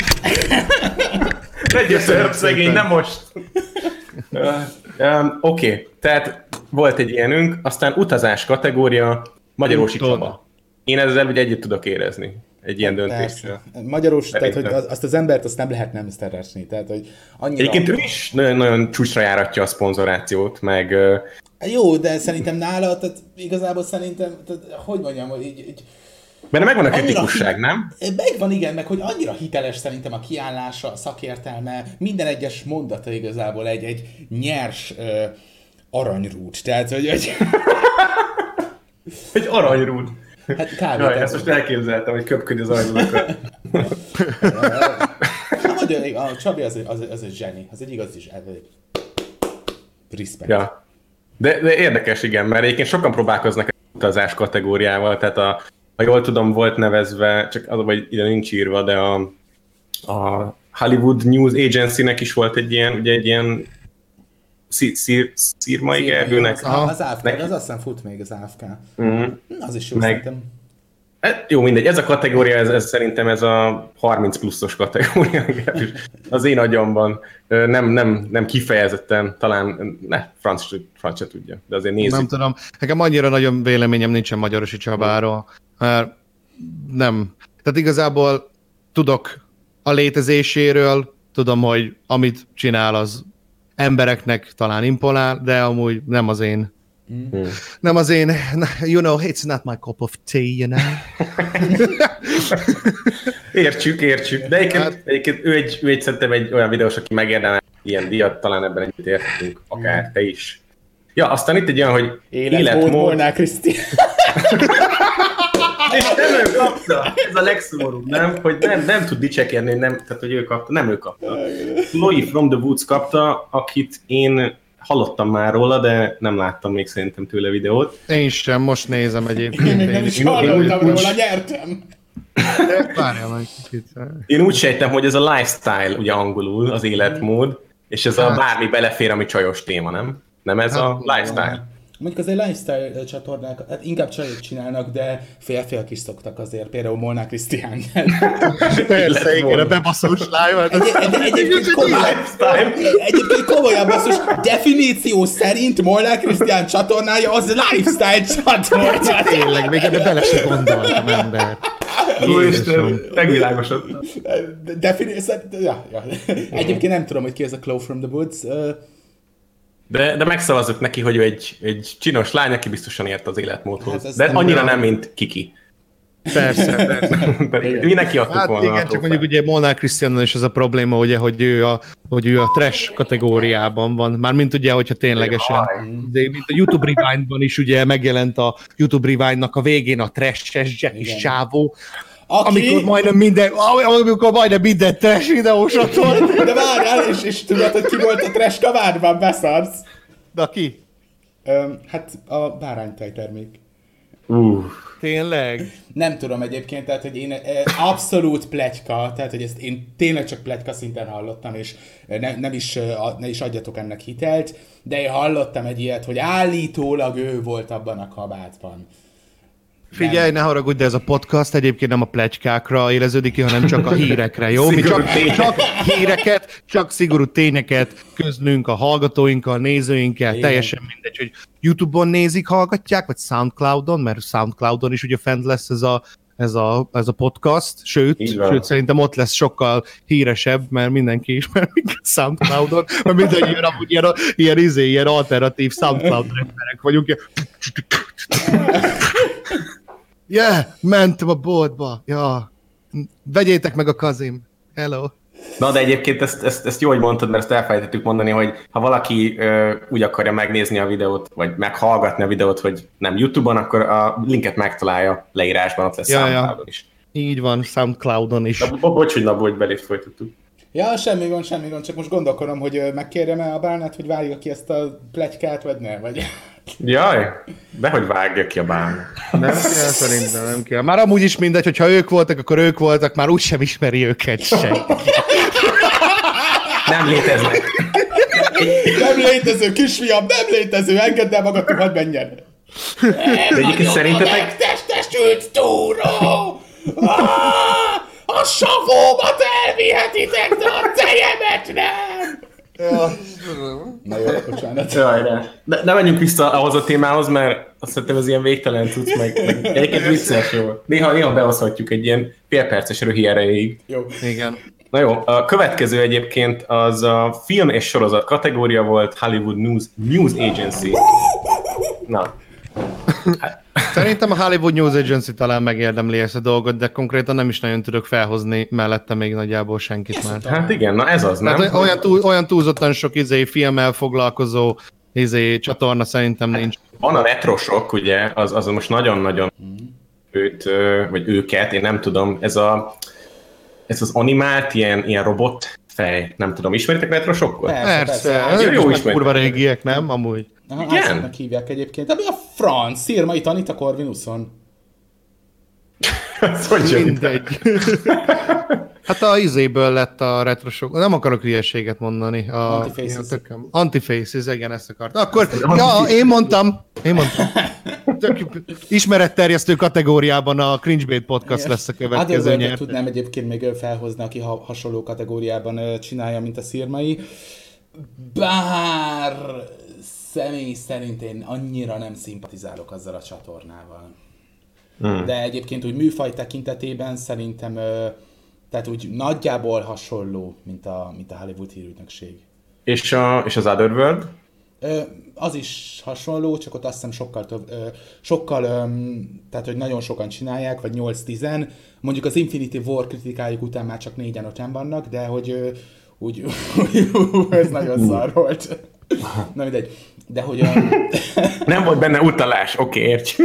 Legyél szörp szegény, nem most. uh, um, Oké, okay. Tehát volt egy ilyenünk, aztán utazás kategória, Magyarósi Csaba. Én ezzel ugye együtt tudok érezni. Egy ilyen döntésről. Magyaros, tehát hogy azt az embert azt nem lehet nem szeresni. Tehát, hogy annyira... Egyébként ő is nagyon, nagyon csúcsra járatja a szponzorációt, meg... Jó, de szerintem nála, tehát igazából szerintem, tehát, hogy mondjam, hogy így... így benne megvan a kritikusság, hit... nem? Megvan, igen, meg hogy annyira hiteles szerintem a kiállása, a szakértelme, minden egyes mondata igazából egy, egy nyers uh, aranyrút. Tehát, hogy... hogy... egy aranyrút. Hát kávé. Jaj, ezt most elképzeltem, hogy köpködj az ajdonokat. A Csabi az, az, az egy zseni, az egy igazi zseni. Respect. Ja. De, de érdekes, igen, mert egyébként sokan próbálkoznak az utazás kategóriával, tehát a, ha jól tudom, volt nevezve, csak az, hogy ide nincs írva, de a, a Hollywood News Agency-nek is volt egy ilyen, ugye egy ilyen Szír, szír, Szirmai Gergőnek. Az, az á ef ká, az azt hiszem fut még az á ef ká. Uh-huh. Az is jó meg, szerintem. Jó, mindegy, ez a kategória, ez, ez szerintem ez a harminc pluszos kategória. Az én agyamban nem, nem, nem kifejezetten, talán, ne, franc, franc se tudja, de azért nézzük. Nem tudom, nekem annyira nagyon véleményem nincsen Magyarosi Csabáról, mert nem. Tehát igazából tudok a létezéséről, tudom, hogy amit csinál, az embereknek talán imponál, de amúgy nem az én. Mm. Nem az én, you know, it's not my cup of tea, you know. Értsük, értsük. De egyébként, hát, egyébként ő, egy, ő egy szerintem egy olyan videós, aki megérdemel ilyen díjat, talán ebben együtt értünk, akár mm. te is. Ja, aztán itt egy olyan, hogy életmód. Életmód Molnár Krisztián. És nem ő kapta, ez a legszomorúbb, nem? Hogy nem, nem tud dicsekedni, nem, tehát hogy ő kapta, nem ő kapta. Chloe from the Woods kapta, akit én hallottam már róla, de nem láttam még szerintem tőle videót. Én sem, most nézem egyébként. Én még nem is hallottam róla, nyertem. De várjál meg kicsit. Én úgy sejtem, hogy ez a lifestyle, ugye angolul, az életmód, és ez a bármi belefér, ami csajos téma, nem? Nem ez hát, a lifestyle? Mondjuk azért lifestyle csatornák, hát inkább csajok csinálnak, de férfiak is szoktak azért, például Molnár Krisztián. Persze, igen, a bebaszós live. Egy, egy, egyébként, komolyan, egyébként komolyan basszus, definíció szerint Molnár Krisztián csatornája az lifestyle csatorna. Tényleg, még ebbe bele se gondoltam, ember. Úristen, megvilágosodtam. Definíció, ja, ja. Egyébként nem tudom, hogy ki ez a Chloe from the Woods. De, de megszavazzuk neki, hogy ő egy, egy csinos lány, aki biztosan ért az életmódhoz. Hát de annyira nem, mint Kiki. Persze, persze. Mi neki adtuk hát volna. Igen, csak mondjuk ugye Molnár Krisztiánnal is az a probléma, ugye, hogy ő a, hogy ő a trash kategóriában van. Mármint ugye, hogyha ténylegesen. De mint a YouTube Rewindban is ugye megjelent a YouTube Rewindnak a végén a trash-es Jack csávó. Aki... Amikor majdnem minden, amikor majdnem minden trash videósot volt. De várjál, és, és tudod, hogy ki volt a trash kavárban, beszarsz. De ki? Öm, hát a báránytejtermék. Uh. Tényleg? Nem tudom egyébként, tehát hogy én abszolút pletyka, tehát hogy ezt én tényleg csak pletyka szinten hallottam, és ne, nem is, ne is adjatok ennek hitelt, de én hallottam egy ilyet, hogy állítólag ő volt abban a kabátban. Figyelj, ne haragudj, de ez a podcast egyébként nem a pletykákra éleződik ki, hanem csak a hírekre, jó? Mi csak, csak híreket, csak szigorú tényeket közlünk a hallgatóinkkal, nézőinkkel, igen. Teljesen mindegy, hogy YouTube-on nézik, hallgatják, vagy Soundcloud-on, mert Soundcloud-on is ugye fent lesz ez a, ez a, ez a podcast, sőt, sőt, szerintem ott lesz sokkal híresebb, mert mindenki ismer minket Soundcloud-on, mert mindannyian amúgy ilyen, ilyen, izé, ilyen alternatív Soundcloud rapperek vagyunk. Ilyen... Yeah, mentem a boltba. Ja. Vegyétek meg a Kazim. Hello. Na, de egyébként ezt, ezt, ezt jó, hogy mondtad, mert ezt elfelejtettük mondani, hogy ha valaki ö, úgy akarja megnézni a videót, vagy meghallgatni a videót, hogy nem YouTube-on, akkor a linket megtalálja leírásban, ott lesz ja, Soundcloudon ja. is. Így van, Soundcloudon is. Na, bo- bocs, hogy Nabu, hogy belét folytattuk. Ja, semmi gond, semmi gond, csak most gondolkodom, hogy megkérjem-e a Bálnát, hogy várja ki ezt a pletykát, vagy ne, vagy... Jaj, dehogy vágja ki a Bálnát. Nem kell, szerintem nem kell. Már amúgy is mindegy, hogyha ők voltak, akkor ők voltak, már úgysem ismeri őket senki. Nem léteznek. Nem létező, kisfiam, nem létező, engedd el magad, hadd menjen. De egyébként szerintetek... Megtestesült túró! A savómat elvihetitek, de a tejemet nem! Ja. Na jó, bocsánat. Jaj, ne. De, ne menjünk vissza ahhoz a témához, mert azt szerintem ez ilyen végtelen tudsz meg. meg egyébként vicces jó. Néha, néha behozhatjuk egy ilyen félperces röhi erejéig. Jó. Igen. Na jó, a következő egyébként az a film és sorozat kategória volt, Hollywood News, News Agency. Na. Szerintem a Hollywood News Agency talán megérdemli ezt a dolgot, de konkrétan nem is nagyon tudok felhozni mellette még nagyjából senkit már. Hát igen, na ez az, nem? Hát olyan, túl, olyan túlzottan sok izé, filmmel foglalkozó izé, csatorna szerintem nincs. Van a retrosok, ugye, az, az most nagyon-nagyon őt, vagy őket, én nem tudom, ez a ez az animált, ilyen, ilyen robot fej, nem tudom, ismeritek retrosokkot? Persze, persze. persze. Jó, jó ismeritek. Kurva régiek, nem? Amúgy. Aha, igen? Hívják egyébként. De mi a franc? Szirmai Tanita Corvinuson. Ez hogy mindegy. Hát a izéből lett a retrosok. Nem akarok hülyeséget mondani. A... Antifaces. Tököm. Antifaces, igen, ezt akart. Akkor, ja, én mondtam. Én mondtam. Tök ismeretterjesztő kategóriában a Cringebait podcast lesz a következő nyert. Tudnám egyébként még felhozni, aki ha- hasonló kategóriában csinálja, mint a Szirmai. Bár személy szerint én annyira nem szimpatizálok azzal a csatornával. Hmm. De egyébként úgy műfaj tekintetében szerintem ö, Tehát úgy nagyjából hasonló, mint a, mint a Hollywood hírügynökség. És, a, és az Otherworld? Ö, az is hasonló, csak ott azt hiszem sokkal több, ö, sokkal, ö, tehát hogy nagyon sokan csinálják, vagy nyolc-tízen. Mondjuk az Infinity War kritikájuk után már csak négyen öten vannak, de hogy ö, úgy, ez nagyon szar volt. Na mindegy. De hogy... Ö, Nem volt benne utalás, oké, okay, értjük.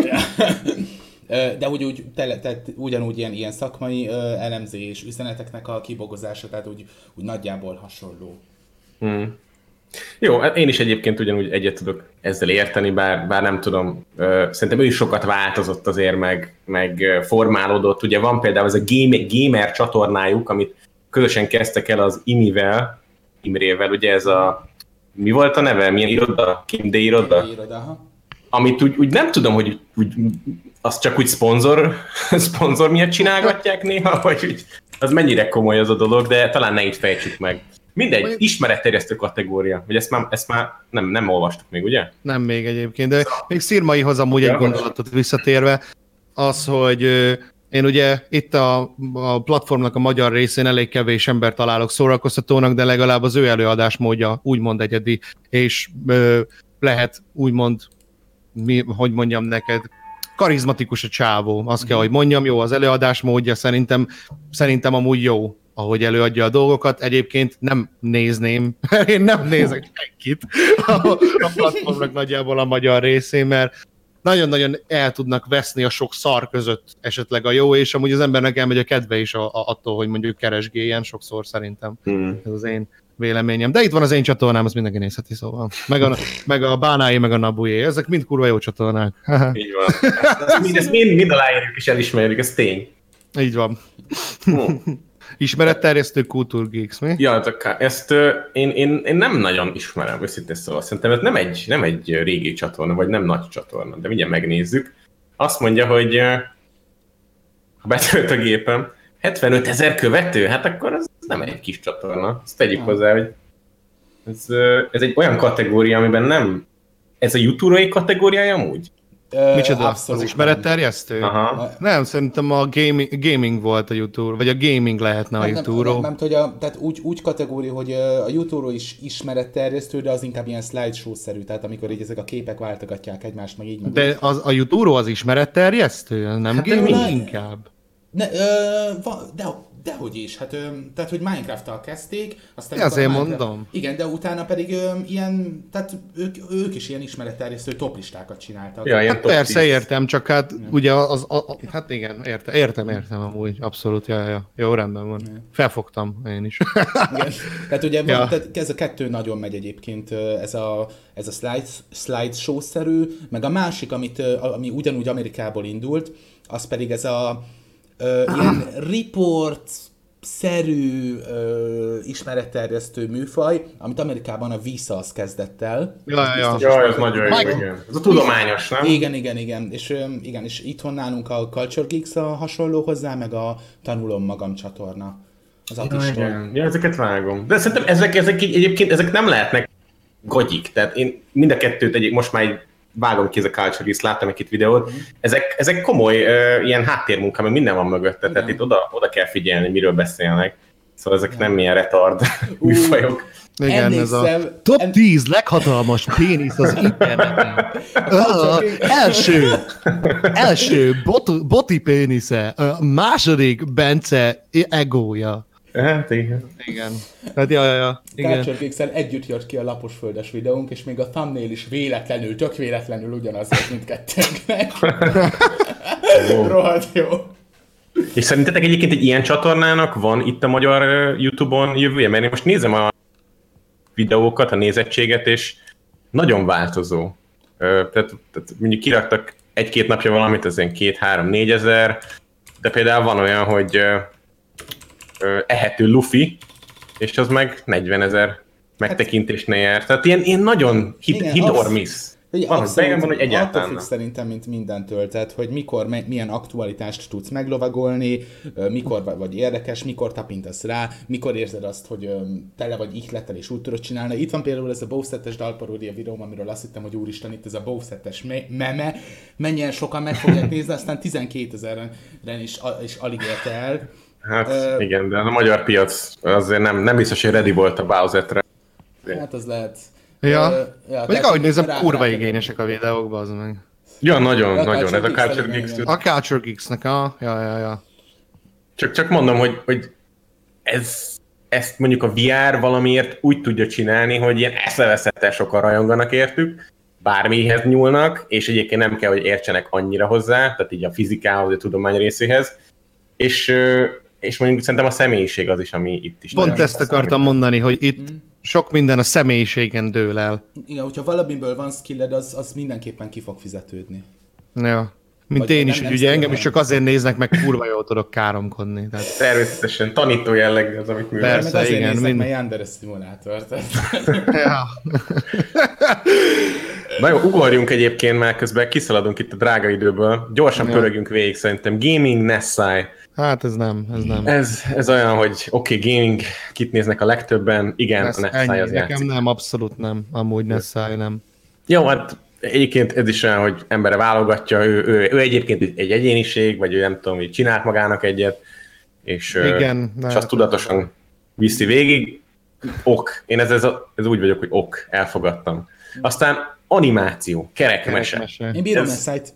De hogy úgy, te, te, ugyanúgy ilyen, ilyen szakmai ö, elemzés, üzeneteknek a kibogozása, tehát úgy, úgy nagyjából hasonló. Hmm. Jó, én is egyébként ugyanúgy egyet tudok ezzel érteni, bár, bár nem tudom, uh, szerintem ő is sokat változott azért, meg, meg formálódott. Ugye van például ez a gamer, gamer csatornájuk, amit közösen kezdtek el az Imivel, Imrével, ugye ez a, mi volt a neve? Milyen iroda? Kim D iroda? iroda aha. Amit úgy, úgy nem tudom, hogy úgy, azt csak úgy szponzor, szponzor miatt csinálgatják néha, vagy úgy, az mennyire komoly az a dolog, de talán ne itt fejtsük meg. Mindegy, ismeretterjesztő kategória. Ugye ezt már, ezt már nem, nem olvastuk még, ugye? Nem még egyébként, de még Szirmaihoz amúgy egy gondolatot visszatérve, az, hogy én ugye itt a, a platformnak a magyar részén elég kevés ember találok szórakoztatónak, de legalább az ő előadásmódja úgymond egyedi, és ö, lehet úgymond, mi, hogy mondjam neked, karizmatikus a csávó, azt kell, hogy mondjam, jó az előadásmódja, szerintem, szerintem amúgy jó, ahogy előadja a dolgokat. Egyébként nem nézném, én nem nézek senkit a, a platformnak nagyjából a magyar részén, mert nagyon-nagyon el tudnak veszni a sok szar között esetleg a jó, és amúgy az embernek elmegy a kedve is a, a, attól, hogy mondjuk keresgéljen sokszor szerintem. Hmm. Ez az én véleményem. De itt van az én csatornám, az mindenki nézheti, szóval. Meg a, meg a Bánái, meg a Nabujé, ezek mind kurva jó csatornák. Így van. Ezt mind, mind aláírjuk és elismerjük, ez tény. Így van. Hmm. Ismeretterjesztő kultúrgeeks, mi? Ja, ezt uh, én, én, én nem nagyon ismerem, őszintén szóval. Szerintem ez nem egy, nem egy régi csatorna, vagy nem nagy csatorna, de mindjárt megnézzük. Azt mondja, hogy uh, ha betölt a gépem, hetvenöt ezer követő, hát akkor ez nem egy kis csatorna. Ezt tegyük hozzá, hogy ez, uh, ez egy olyan kategória, amiben nem... Ez a YouTube-oi kategóriája amúgy? Micsoda? Az ismeretterjesztő? Aha. Nem, szerintem a gaming, gaming volt a YouTube, vagy a gaming lehetne a YouTube-ról. Nem, nem, nem, nem, tehát úgy, úgy kategória, hogy a YouTube-ról is ismeretterjesztő, de az inkább ilyen slideshow-szerű, tehát amikor így ezek a képek váltogatják egymást, meg így. Meg de az, a YouTube-ról az ismeretterjesztő? Nem hát gaming le... inkább? Ne, ö, va, de, dehogy is, hát ö, tehát, hogy Minecraft-tal kezdték, aztán... Azért Minecraft... mondom. Igen, de utána pedig ö, ilyen, tehát ők, ők is ilyen ismeretterjesztő toplistákat csináltak. Ja, hát persze, tíz. Értem, csak hát ja. Ugye az, a, a, hát igen, értem, értem, értem amúgy, abszolút, ja, ja, jó, rendben van. Ja. Felfogtam én is. Igen. Tehát ugye ja. van, tehát ez a kettő nagyon megy egyébként, ez a, ez a slide, slide show-szerű, meg a másik, amit, ami ugyanúgy Amerikából indult, az pedig ez a Uh, ilyen report-szerű uh, ismeretterjesztő műfaj, amit Amerikában a Vsauce kezdett el. Ja, ja, ja. ja ez nagyon jó, igen. Ez a tudományos, nem? Igen, igen, igen. És, um, igen, és itthon nálunk a Culture Geeks a hasonló hozzá, meg a Tanulom Magam csatorna. Az ja, igen. Ja, ezeket vágom. De szerintem ezek, ezek egyébként ezek nem lehetnek gagyik. Tehát én mind a kettőt egyik most már egy vágom ki ez a Culture Geeks, láttam egy-két videót. Mm. Ezek, ezek komoly uh, ilyen háttérmunka, mert minden van mögötte, tehát itt oda, oda kell figyelni, miről beszélnek. Szóval ezek igen. nem ilyen retard műfajok. Igen, emlékszem, ez a top em... tíz leghatalmas pénisz az interneten. uh, első, első bot, boti pénisze, uh, második Bence egója. Hát igen. Igen. Hát ja, ja, ja. Culture Geeks-el együtt jött ki a laposföldes videónk, és még a thumbnail is véletlenül, tök véletlenül ugyanaz volt mindkettőnknek. Oh. Rohadt jó. És szerintetek egyébként egy ilyen csatornának van itt a magyar YouTube-on jövője? Mert én most nézem a videókat, a nézettséget, és nagyon változó. Tehát, tehát mondjuk kiraktak egy-két napja valamit, az ilyen két, három, négy ezer, de például van olyan, hogy ehető lufi, és az meg negyvenezer megtekintésnél jár. Tehát ilyen, ilyen nagyon hit, igen, hit or miss. Van, hogy bejön, van, hogy egyáltalán nem. Szerintem, mint mindentől, tehát, hogy mikor, milyen aktualitást tudsz meglovagolni, mikor vagy érdekes, mikor tapintasz rá, mikor érzed azt, hogy tele vagy ihlettel és úgy tudod csinálni. Itt van például ez a Bowsettes dalparódia videóm, amiről azt hittem, hogy úristen, itt ez a Bowsettes meme, mennyien sokan meg fogják nézni, aztán tizenkétezeren is, is alig érte el. Hát Ö, igen, de a magyar piac azért nem, nem biztos, hogy ready volt a Bowser-re. Hát az lehet. Ja. Ö, Mondjuk tehát ahogy nézem, rá- kurva rá- igényesek a videókban, az meg. Ja, nagyon, A nagyon. Ez a Culture Geeks Culture elég Geeks. igen. A Culture Geeks-nek, a... Ja, ja, ja. Csak, csak mondom, hogy, hogy ez, ezt mondjuk a vé er valamiért úgy tudja csinálni, hogy ilyen eszeveszetten sokan rajonganak értük, bármihez nyúlnak, és egyébként nem kell, hogy értsenek annyira hozzá, tehát így a fizikához, a tudomány részéhez, és, ö, és mondjuk szerintem a személyiség az is, ami itt is. Pont nagyon ezt sokat akartam számít. mondani, hogy itt sok minden a személyiségen dől el. Igen, hogyha valamiből van skilled, az, az mindenképpen ki fog fizetődni. Ja. Mint Vagy én nem- is, nem hogy ugye engem is skill, csak azért néznek meg, kurva jól tudok káromkodni. Tehát... Természetesen tanító jelleg az, amit művel. Persze, Mert azért igen, néznek, mind- mert Yandere Simulator. tehát- Ja. Na jó, ugorjunk egyébként, mert közben kiszaladunk itt a drága időből. Gyorsan Ja. pörögjünk végig szerintem. Gaming Nessai. Hát ez nem, ez nem. Ez, ez olyan, hogy oké, okay, gaming, kit néznek a legtöbben, igen, Ez a Nessai ennyi. az Nekem játszik. nem, abszolút nem. Amúgy Nessai nem. Jó, hát egyébként ez is olyan, hogy embere válogatja, ő, ő, ő egyébként egy egyéniség, vagy ő nem tudom, hogy csinált magának egyet, és, Igen, és lehet. azt tudatosan viszi végig. Ok. Én ez, ez, a, ez úgy vagyok, hogy ok, elfogadtam. Aztán animáció, kerekmese. Kerekmese. Én bírom Ez- Nessai-t.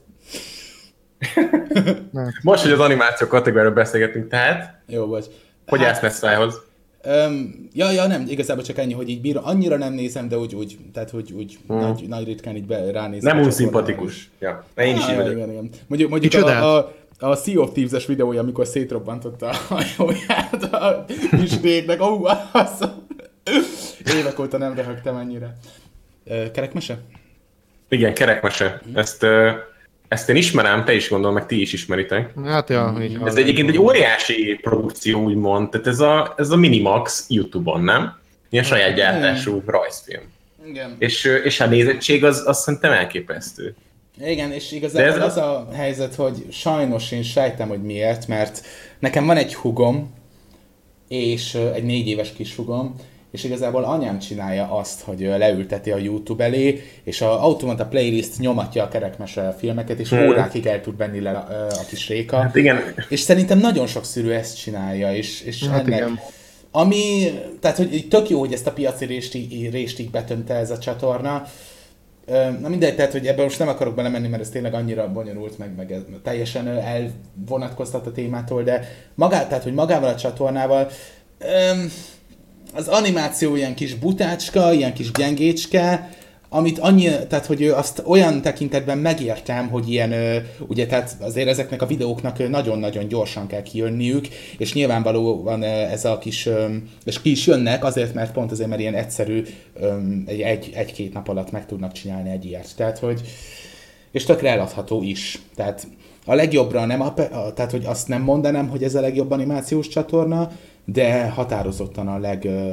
Most, hogy az animáció kategóriáról beszélgetünk, tehát Jó vagy. hogy állsz Nessaihoz? Um, ja, ja, nem, igazából csak ennyi, hogy így bírom. Annyira nem nézem, de úgy, úgy tehát hogy úgy hmm. nagy, nagy ritkán így be, ránézem. Nem a úgy csatornára. szimpatikus. Ja, én is Ah, így vagyok. igen, igen. Mondjuk, mondjuk Kicsodát? a, a, a Sea of Thieves-es videója, amikor szétrobbantotta a hajóját a isdéknek. Ó, oh, az... Évek óta nem röhögtem ennyire. Ö, Kerekmese? Igen, kerekmese. Ezt, ö, ezt én ismerem, te is gondolom, meg ti is ismeritek. Hát ja, így Ez egyébként egy óriási produkció, úgymond. Tehát ez a, ez a Minimax YouTube-on, nem? Ilyen saját gyártású rajzfilm. Igen. És, ö, és a nézettség az, az szerintem elképesztő. Igen, és De igazából ez az a helyzet, hogy sajnos én sejtem, hogy miért, mert nekem van egy hugom, és ö, egy négy éves kis hugom, és igazából anyám csinálja azt, hogy ö, leülteti a YouTube elé, és a automata playlist nyomatja a kerekmese filmeket, és Hmm. órákig el tud venni le ö, a kis réka. Hát igen, És szerintem nagyon sok szülő ezt csinálja, és, és Hát ennek, igen. ami, tehát hogy így tök jó, hogy ezt a piaci rést így, rést így betömte ez a csatorna. Ö, Na mindegy, tehát hogy ebben most nem akarok belemenni, mert ez tényleg annyira bonyolult, meg, meg ez teljesen ö, elvonatkoztat a témától, de magá, tehát, hogy magával a csatornával öm, az animáció ilyen kis butácska, ilyen kis gyengécske, amit annyi, tehát hogy ö, azt olyan tekintetben megértem, hogy ilyen, ö, ugye tehát azért ezeknek a videóknak ö, nagyon-nagyon gyorsan kell kijönniük, és nyilvánvalóan ö, ez a kis, ö, és ki is jönnek azért, mert pont azért, mert ilyen egyszerű, ö, egy, egy, egy-két nap alatt meg tudnak csinálni egy ilyet. Tehát, hogy, és tökre eladható is. Tehát a legjobbra nem, a, a, tehát hogy azt nem mondanám, hogy ez a legjobb animációs csatorna, de határozottan a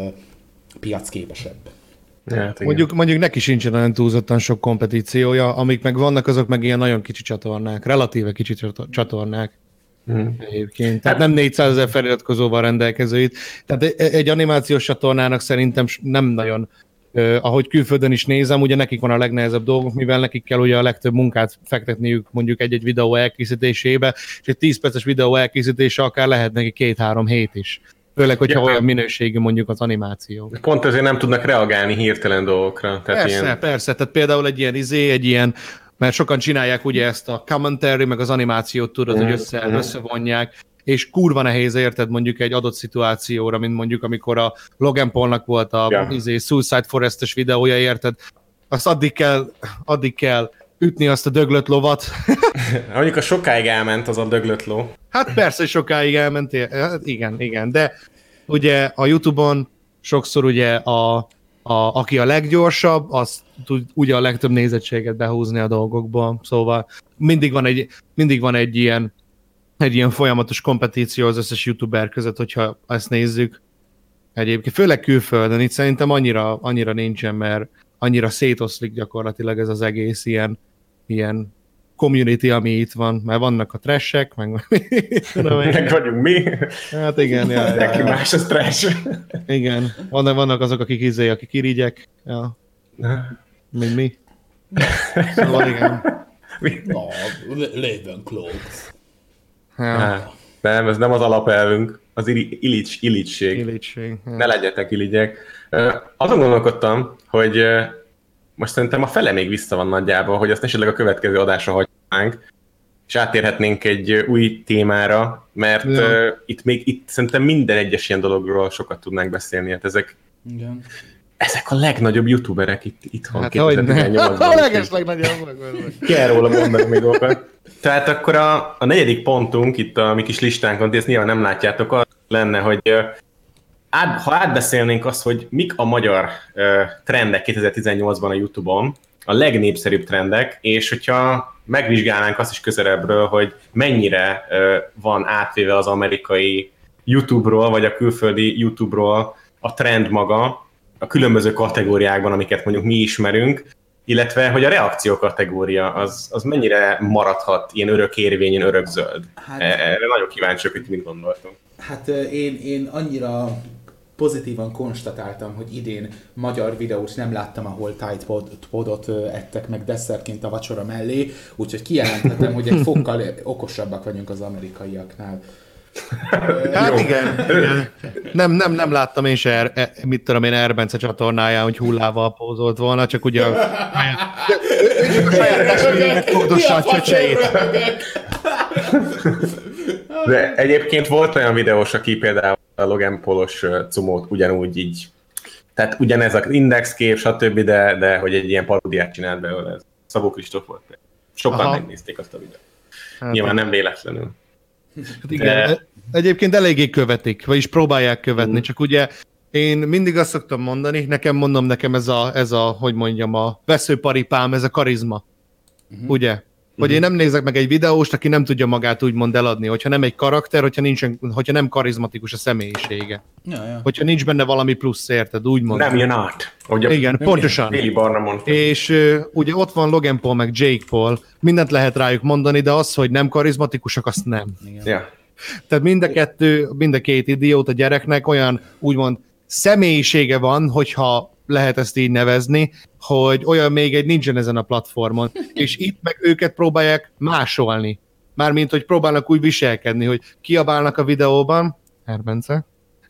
legpiacképesebb. hát igen. Mondjuk, mondjuk neki sincsen olyan túlzottan sok kompetíciója, amik meg vannak, azok meg ilyen nagyon kicsi csatornák, relatíve kicsi csator- csatornák. Mhm. Egyébként. Tehát nem négyszázezer feliratkozóval rendelkezőit. Tehát egy- egy animációs csatornának szerintem s- nem nagyon, eh, ahogy külföldön is nézem, ugye nekik van a legnehezebb dolgok, mivel nekik kell ugye a legtöbb munkát fektetniük mondjuk egy-egy videó elkészítésébe, és egy tíz perces videó elkészítése akár lehet neki két-három hét is. Főleg, hogyha Ja. olyan minőségű mondjuk az animáció. Pont ezért nem tudnak reagálni hirtelen dolgokra. Tehát Persze, ilyen... persze. Tehát például egy ilyen izé, egy ilyen, mert sokan csinálják ugye ezt a commentary, meg az animációt tudod, hogy össze, Mhm. összevonják, és kurva nehéz érted mondjuk egy adott szituációra, mint mondjuk amikor a Logan Paulnak volt a Ja. izé, Suicide Forest-es videója, érted? Azt addig kell, addig kell ütni azt a döglött lovat. Mondjuk a sokáig elment az a döglött ló. Hát persze, sokáig elmentél. Hát igen, igen, de ugye a YouTube-on sokszor ugye a, a, aki a leggyorsabb, az tud ugye a legtöbb nézettséget behúzni a dolgokba, szóval mindig van egy, mindig van egy ilyen egy ilyen folyamatos kompetíció az összes youtuber között, hogyha ezt nézzük. Egyébként főleg külföldön, itt szerintem annyira, annyira nincsen, mert annyira szétoszlik gyakorlatilag ez az egész ilyen, ilyen community, ami itt van, mert vannak a trashek, meg tudom én. Meg vagyunk mi. Hát igen, ja, ja, Neki ja. más az trash. Igen. Vannak, vannak azok, akik izé, akik irigyek. Ja. Mint mi. Szóval igen. Na, Ravenclaw. Ja. Hát, nem, ez nem az alapelvünk. az ilics, illicsség. Illicsség. Ne legyetek iligyek. Azon gondolkodtam, hogy most szerintem a fele még vissza van nagyjából, hogy azt esetleg a következő adásra hagynánk, és átérhetnénk egy új témára, mert ja. uh, itt még itt szerintem minden egyes ilyen dologról sokat tudnánk beszélni. Hát ezek, igen. ezek a legnagyobb youtuberek itt, itthon. Hát kétezer-tizennyolcban. A leges legnagyobb. Kell róla mondani még dolgokat. Tehát akkor a, a negyedik pontunk itt a mi kis listánkon, ezt nyilván nem látjátok, az lenne, hogy uh, át, ha átbeszélnénk azt, hogy mik a magyar uh, trendek kétezer-tizennyolcban a YouTube-on, a legnépszerűbb trendek, és hogyha megvizsgálnánk azt is közelebbről, hogy mennyire uh, van átvéve az amerikai YouTube-ról, vagy a külföldi YouTube-ról a trend maga, a különböző kategóriákban, amiket mondjuk mi ismerünk, illetve hogy a reakció kategória az, az mennyire maradhat ilyen örökérvényen, örökzöld. Hát, erre nagyon kíváncsiak, hogy mit gondoltunk. Hát én, én annyira pozitívan konstatáltam, hogy idén magyar videót nem láttam, ahol Tide pod, podot ettek meg desszertként a vacsora mellé, úgyhogy kijelenthetem, hogy egy fokkal okosabbak vagyunk az amerikaiaknál. Hát igen, igen. Nem, nem, nem láttam én se, er, mit tudom én, Erbence csatornáján, hogy hullával pózolt volna, csak ugye a saját testvérének fogdossa a csöcseit. De egyébként volt olyan videós, aki például a Logan Paulos cumót ugyanúgy így, tehát ugyanez az indexkép, stb., de, de hogy egy ilyen paródiát csinált belőle. Ez Szabó Kristóf volt. Sokan Aha. megnézték azt a videót. Hát nyilván nem véletlenül. Hát igen, de... egyébként eléggé követik, vagyis próbálják követni, mm. csak ugye én mindig azt szoktam mondani, nekem mondom, nekem ez a, ez a hogy mondjam, a veszőparipám, ez a karizma, mm-hmm. ugye? Hogy én nem nézek meg egy videóst, aki nem tudja magát úgymond eladni, hogyha nem egy karakter, hogyha, nincsen, hogyha nem karizmatikus a személyisége. Ja, ja. Hogyha nincs benne valami plusz, érted, úgymond. Nem jön át. Ugye, igen, nem pontosan. Billy Barna mondta. És uh, ugye ott van Logan Paul meg Jake Paul, mindent lehet rájuk mondani, de az, hogy nem karizmatikusak, azt nem. Ja. Tehát mind a kettő, mind a két idióta gyereknek olyan úgymond személyisége van, hogyha lehet ezt így nevezni, hogy olyan még egy nincsen ezen a platformon, és itt meg őket próbálják másolni. Mármint, hogy próbálnak úgy viselkedni, hogy kiabálnak a videóban. Erbence?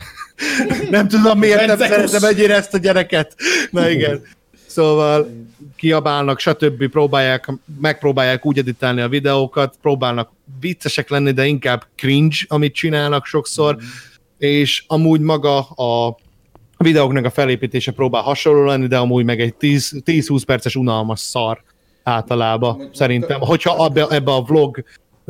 Nem tudom, miért nem szeretem egyére ezt a gyereket. Na igen. Szóval kiabálnak, stb. Próbálják, megpróbálják úgy editálni a videókat, próbálnak viccesek lenni, de inkább cringe, amit csinálnak sokszor, mm. és amúgy maga a A videóknak a felépítése próbál hasonló lenni, de amúgy meg egy tíz-húsz perces unalmas szar általában, szerintem. Hogyha ebbe, ebbe a vlog,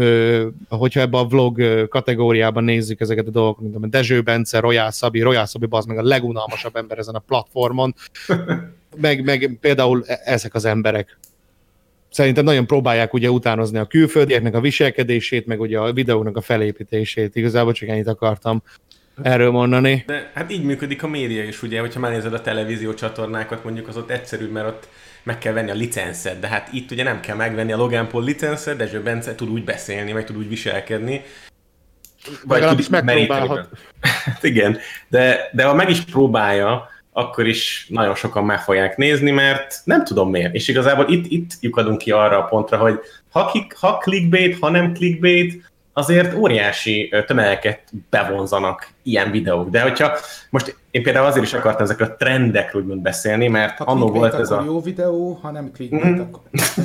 hogyha ebbe a vlog kategóriában nézzük ezeket a dolgokat, mint a Dezső Bence, Royal Szabi, Royal Szabi az meg a legunalmasabb ember ezen a platformon, meg, meg például ezek az emberek. Szerintem nagyon próbálják ugye utánozni a külföldieknek a viselkedését, meg ugye a videóknak a felépítését. Igazából csak ennyit akartam erről mondani. De hát így működik a média is, ugye, hogyha megnézed a televízió csatornákat, mondjuk az ott egyszerűbb, mert ott meg kell venni a licenszet, de hát itt ugye nem kell megvenni a Logan Paul licenszet, Dezső Bence tud úgy beszélni, vagy tud úgy viselkedni. Vagy legalábbis megpróbálhat. Igen, de, de ha meg is próbálja, akkor is nagyon sokan meg fogják nézni, mert nem tudom miért. És igazából itt, itt lyukadunk ki arra a pontra, hogy ha, ha clickbait, ha nem clickbait, azért óriási tömegeket bevonzanak ilyen videók. De hogyha most én például azért is akartam ezekről a trendekről úgymond beszélni, mert annó volt ez a... jó videó, ha nem clickbait, mm-hmm. akkor...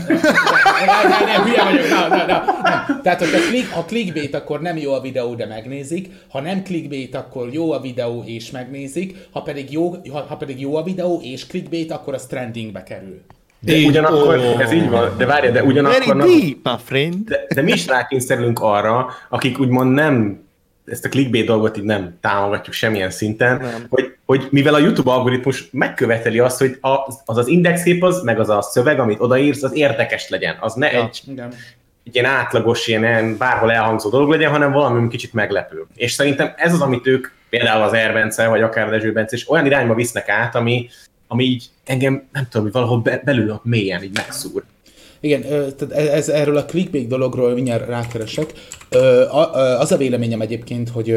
Nem, nem, nem, hülye vagyok, nem, nem, nem. Tehát, hogyha click, ha clickbait, akkor nem jó a videó, de megnézik. Ha nem clickbait, akkor jó a videó és megnézik. Ha pedig jó, ha, ha pedig jó a videó és clickbait, akkor az trendingbe kerül. De így, ugyanakkor, oh. ez így van, de várja, de ugyanakkor... Very deep, my friend. De, de mi is rákényszerülünk arra, akik úgymond nem, ezt a clickbait dolgot így nem támogatjuk semmilyen szinten, hogy, hogy mivel a YouTube algoritmus megköveteli azt, hogy az az indexkép az, meg az a szöveg, amit odaírsz, az érdekes legyen. Az ne ja, egy, egy ilyen átlagos, ilyen bárhol elhangzó dolog legyen, hanem valami kicsit meglepő. És szerintem ez az, amit ők, például az Erbence, vagy akár Dezső Bence, és olyan irányba visznek át, ami ami így engem, nem tudom, hogy valahol be, belül ott mélyen így megszúr. Igen, tehát ez, erről a clickbait dologról mindjárt rákeresek. Az a véleményem egyébként, hogy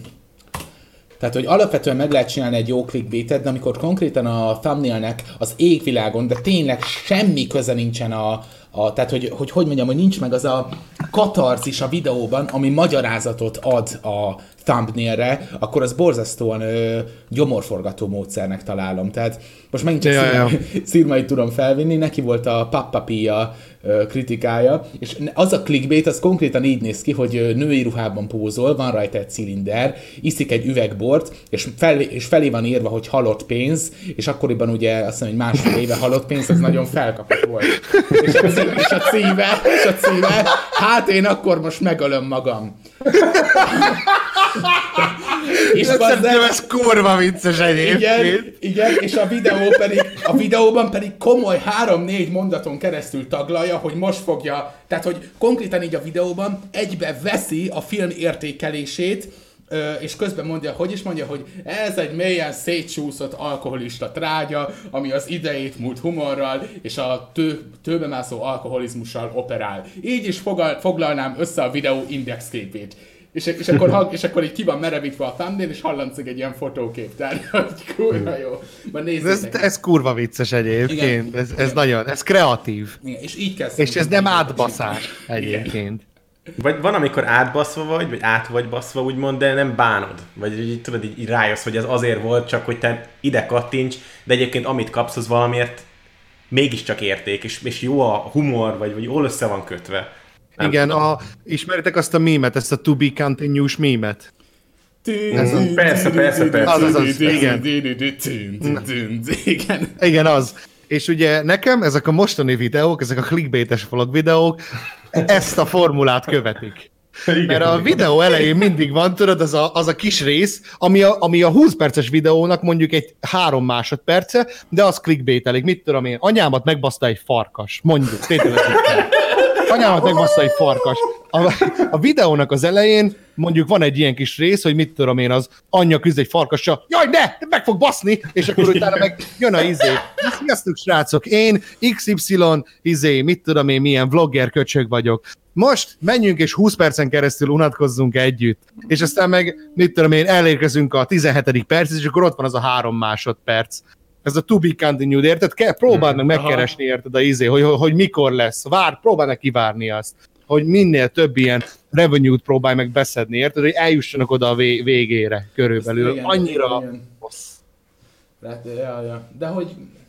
tehát, hogy alapvetően meg lehet csinálni egy jó clickbaitet, de amikor konkrétan a thumbnailnek az égvilágon, de tényleg semmi köze nincsen a, a tehát hogy, hogy hogy mondjam, hogy nincs meg az a katarzis a videóban, ami magyarázatot ad a thumbnailre, akkor az borzasztóan ö, gyomorforgató módszernek találom. Tehát most megint csak ja, szírmai, ja. szírmait tudom felvinni, neki volt a Papapia kritikája, és az a clickbait, az konkrétan így néz ki, hogy női ruhában pózol, van rajta egy cilinder, iszik egy üvegbort, és, fel, és felé van írva, hogy halott pénz, és akkoriban ugye azt hiszem, hogy másfél éve halott pénz, az nagyon felkapott volt. És a címe, és a címe, és a címe, hát én akkor most megölöm magam. És szerintem ez kurva vicces egyébként. Igen, igen, és a videó pedig, a videóban pedig komoly három-négy mondaton keresztül taglalja, hogy most fogja, tehát hogy konkrétan így a videóban egybe veszi a film értékelését, és közben mondja, hogy is mondja, hogy ez egy mélyen szétsúszott alkoholista trágya, ami az idejét múlt humorral és a tő, tőbemászó alkoholizmussal operál. Így is fogal, foglalnám össze a videó indexképét. És, és, akkor, és akkor így ki van merevítve a thumbnail, és hallanszik egy ilyen fotókép. Tehát, hogy kurva jó. Ez, ez kurva vicces egyébként. Ez, ez nagyon, ez kreatív. Igen, és így kell és ez nem átbaszás egyébként. Vagy van, amikor átbaszva vagy, vagy át vagy baszva, úgymond, de nem bánod. Vagy így, tudod, így, így rájössz, hogy ez azért volt, csak hogy te ide kattints, de egyébként amit kapsz, az valamiért mégiscsak érték, és, és jó a humor, vagy, vagy jól össze van kötve. Nem igen, a, ismeritek azt a mémet, ezt a to be continuous mémet? Ez a, persze, persze, persze. Az, az, az, igen. Igen. Igen, az. És ugye nekem ezek a mostani videók, ezek a clickbaites vlog videók ezt a formulát követik. Igen, mert a videó elején mindig van, tudod, az a, az a kis rész, ami a, ami a húsz perces videónak mondjuk egy három másodperce, de az clickbaitelik. Mit tudom én, anyámat megbaszta egy farkas, mondjuk, tételezzük fel. Anyámat megbaszta egy farkas. A, a videónak az elején mondjuk van egy ilyen kis rész, hogy mit tudom én, az anyja küzd egy farkassal, jaj, ne, meg fog baszni, és akkor utána meg jön a izé. Sziasztok, srácok, én iksz ipszilon, izé, mit tudom én, milyen vlogger köcsög vagyok. Most menjünk és húsz percen keresztül unatkozzunk együtt. És aztán meg, mit tudom én, elérkezünk a tizenhetedik perchez, és akkor ott van az a három másodperc. Ez a to be continued, érted? Kell, próbáld meg megkeresni, érted, a izé, hogy, hogy mikor lesz. Vár, próbáld meg kivárni azt. Hogy minél több ilyen revenue-t próbálj meg beszedni, érted? Hogy eljussanak oda a végére körülbelül. Igen, annyira... igen. De, ja, ja. De hogy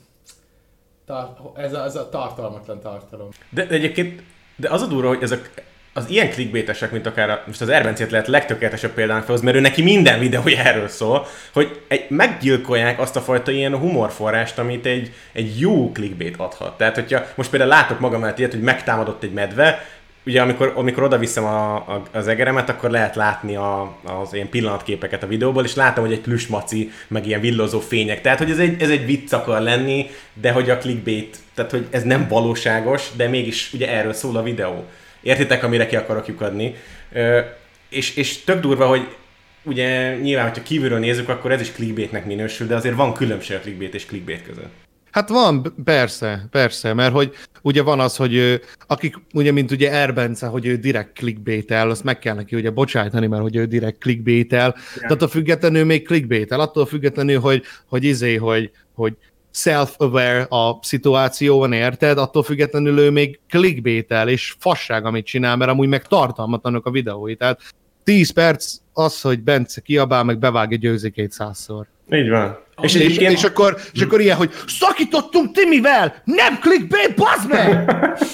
tar- ez, a, ez a tartalmatlan tartalom. De, de egyébként, de az a durva, hogy ezek az ilyen clickbaitesek, mint akár a, most az Erbencét lehet legtökéletesebb példának felhoz, mert ő neki minden videója erről szól, hogy egy, meggyilkolják azt a fajta ilyen humorforrást, amit egy, egy jó clickbait adhat. Tehát, hogyha most például látok magam mellett ilyet, hogy megtámadott egy medve, ugye amikor, amikor oda-viszem a, a, az egeremet, akkor lehet látni a, az ilyen pillanatképeket a videóból, és látom, hogy egy plüsmaci, meg ilyen villozó fények. Tehát, hogy ez egy, ez egy vicc akar lenni, de hogy a clickbait, tehát, hogy ez nem valóságos, de mégis ugye erről szól a videó. Értitek, amire ki akarok lyukadni. Ö, és, és tök durva, hogy ugye nyilván, hogyha kívülről nézzük, akkor ez is clickbaitnek minősül, de azért van különbség a clickbait és clickbait között. Hát van, persze, persze, mert hogy ugye van az, hogy ő, akik ugye, mint ugye Erbence, hogy ő direkt clickbaitel, azt meg kell neki ugye bocsájtani, mert hogy ő direkt clickbaitel, de attól függetlenül még clickbaitel, attól függetlenül, hogy, hogy izé, hogy, hogy self-aware a szituációban, érted, attól függetlenül ő még clickbaitel, és fasság, amit csinál, mert amúgy meg tartalmatlanok a videói, tehát tíz perc az, hogy Bence kiabál, meg bevágja győzikét százszor. Így van. És, és, és, és, akkor, és akkor ilyen, hogy szakítottunk Timivel! Nem clickbait, bazd meg!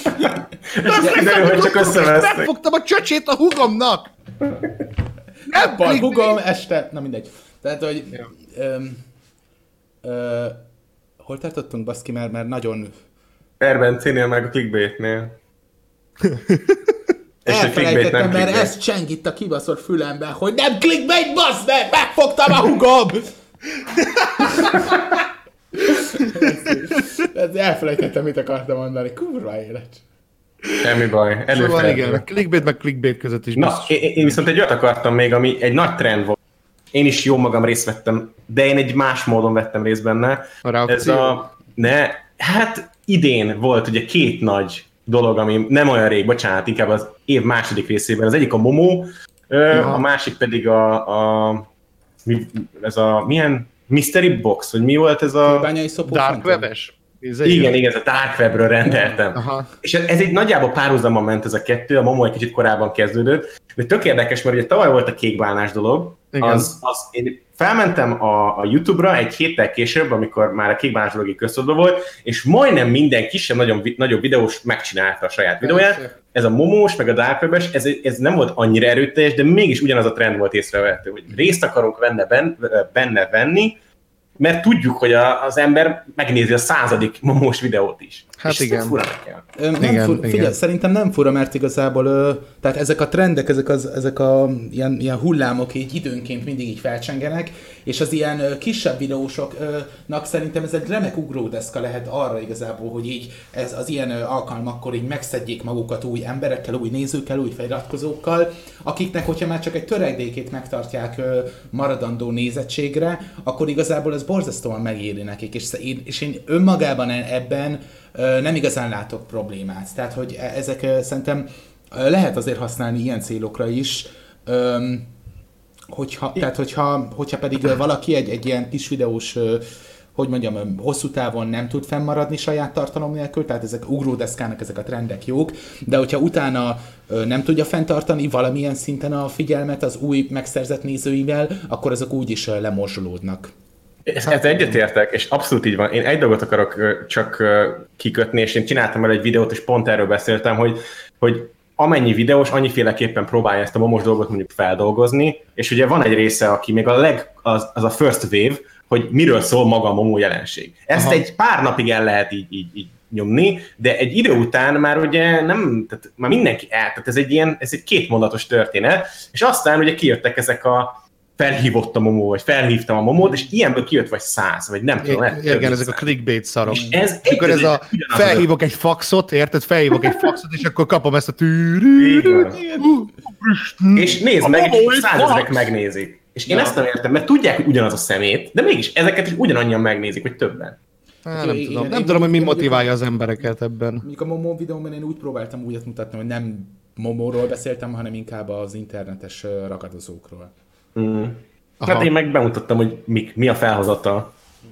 Csak összevesztek. Megfogtam a csöcsét a hugomnak! Nem a hugom este... Na mindegy. Tehát, hogy... Ja. Öm, ö, hol tartottunk, baszki, mert, mert nagyon... Erbencénél meg a clickbaitnél. Elfelejtettem, mert ez cseng itt a kibaszott fülemben, hogy nem clickbait, bazd meg! Megfogtam a hugom! Elfelejtettem, mit akartam mondani. Kurva élet. Semmi baj. Szóval igen, a clickbait meg clickbait között is. Na, én, én viszont egy olyat akartam még, ami egy nagy trend volt. Én is jó magam részt vettem, de én egy más módon vettem részt benne. A Ez a... Ne, hát idén volt ugye két nagy dolog, ami nem olyan rég, bocsánat, inkább az év második részében. Az egyik a Momo, ja. A másik pedig a, a mi, ez a milyen mystery box, vagy mi volt ez a... Bányai Szopó Dark Web-es? Igen, igen, ez a Dark Webről rendeltem. Aha. És ez egy nagyjából párhuzamban ment ez a kettő, a Momo egy kicsit korábban kezdődött, de tök érdekes, mert ugye tavaly volt a kékbálnás dolog, az, az én felmentem a, a YouTube-ra egy héttel később, amikor már a kékbálnás dolog köztudva volt, és majdnem minden kisebb, nagyon, nagyobb videós megcsinálta a saját videóját. Ez a Momós, meg a Dark Web-es, ez, ez nem volt annyira erőteljes, de mégis ugyanaz a trend volt észrevehető, hogy részt akarunk benne, benne, benne venni, mert tudjuk, hogy a, az ember megnézi a századik Momós videót is. Hát és igen. Fura nekem. Nem igen, fura, figyelj, igen. Szerintem nem fura, mert igazából ö, tehát ezek a trendek, ezek, az, ezek a ilyen, ilyen hullámok így időnként mindig így felcsengenek, és az ilyen ö, kisebb videósoknak szerintem ez egy remek ugródeszka lehet arra igazából, hogy így ez, az ilyen ö, alkalmakkor így megszedjék magukat új emberekkel, új nézőkkel, új feliratkozókkal, akiknek, hogyha már csak egy töredékét megtartják ö, maradandó nézettségre, akkor igazából ez borzasztóan megéri nekik, és én, és én önmagában ebben nem igazán látok problémát. Tehát, hogy ezek szerintem lehet azért használni ilyen célokra is, hogyha, tehát hogyha, hogyha pedig valaki egy, egy ilyen kis videós, hogy mondjam, hosszú távon nem tud fennmaradni saját tartalom nélkül, tehát ezek ugródeszkának, ezek a trendek jók, de hogyha utána nem tudja fenntartani valamilyen szinten a figyelmet az új megszerzett nézőivel, akkor azok úgyis lemorzsolódnak. Ezt, ezt egyetértek, és abszolút így van. Én egy dolgot akarok csak kikötni, és én csináltam el egy videót, és pont erről beszéltem, hogy, hogy amennyi videós, annyiféleképpen próbálja ezt a momos dolgot mondjuk feldolgozni, és ugye van egy része, aki még a leg, az, az a first wave, hogy miről szól maga a momó jelenség. Ezt Aha. egy pár napig el lehet így, így, így nyomni, de egy idő után már ugye nem, tehát már mindenki el, tehát ez egy ilyen, ez egy kétmondatos történet, és aztán ugye kijöttek ezek a felhívott a momó, vagy felhívtam a momót, és ilyenből kijött vagy száz, vagy nem tudom. Igen, igen ezek a clickbait szarok. És ez és akkor ez a felhívok egy faxot, érted? Felhívok egy faxot, és akkor kapom ezt a tűrű. És nézd meg, és százezrek megnézik. És én ezt nem értem, mert tudják, hogy ugyanaz a szemét, de mégis ezeket is ugyanannyian megnézik, vagy többen. Há, nem tudom, én, nem én, tudom, hogy mi motiválja az embereket ebben. Mondjuk a Momo videóban én úgy próbáltam újat mutatni, hogy nem Momóról beszéltem, hanem inkább az internetes ragadozókról. Mm. Hát én meg bemutattam, hogy mi, mi a felhozata,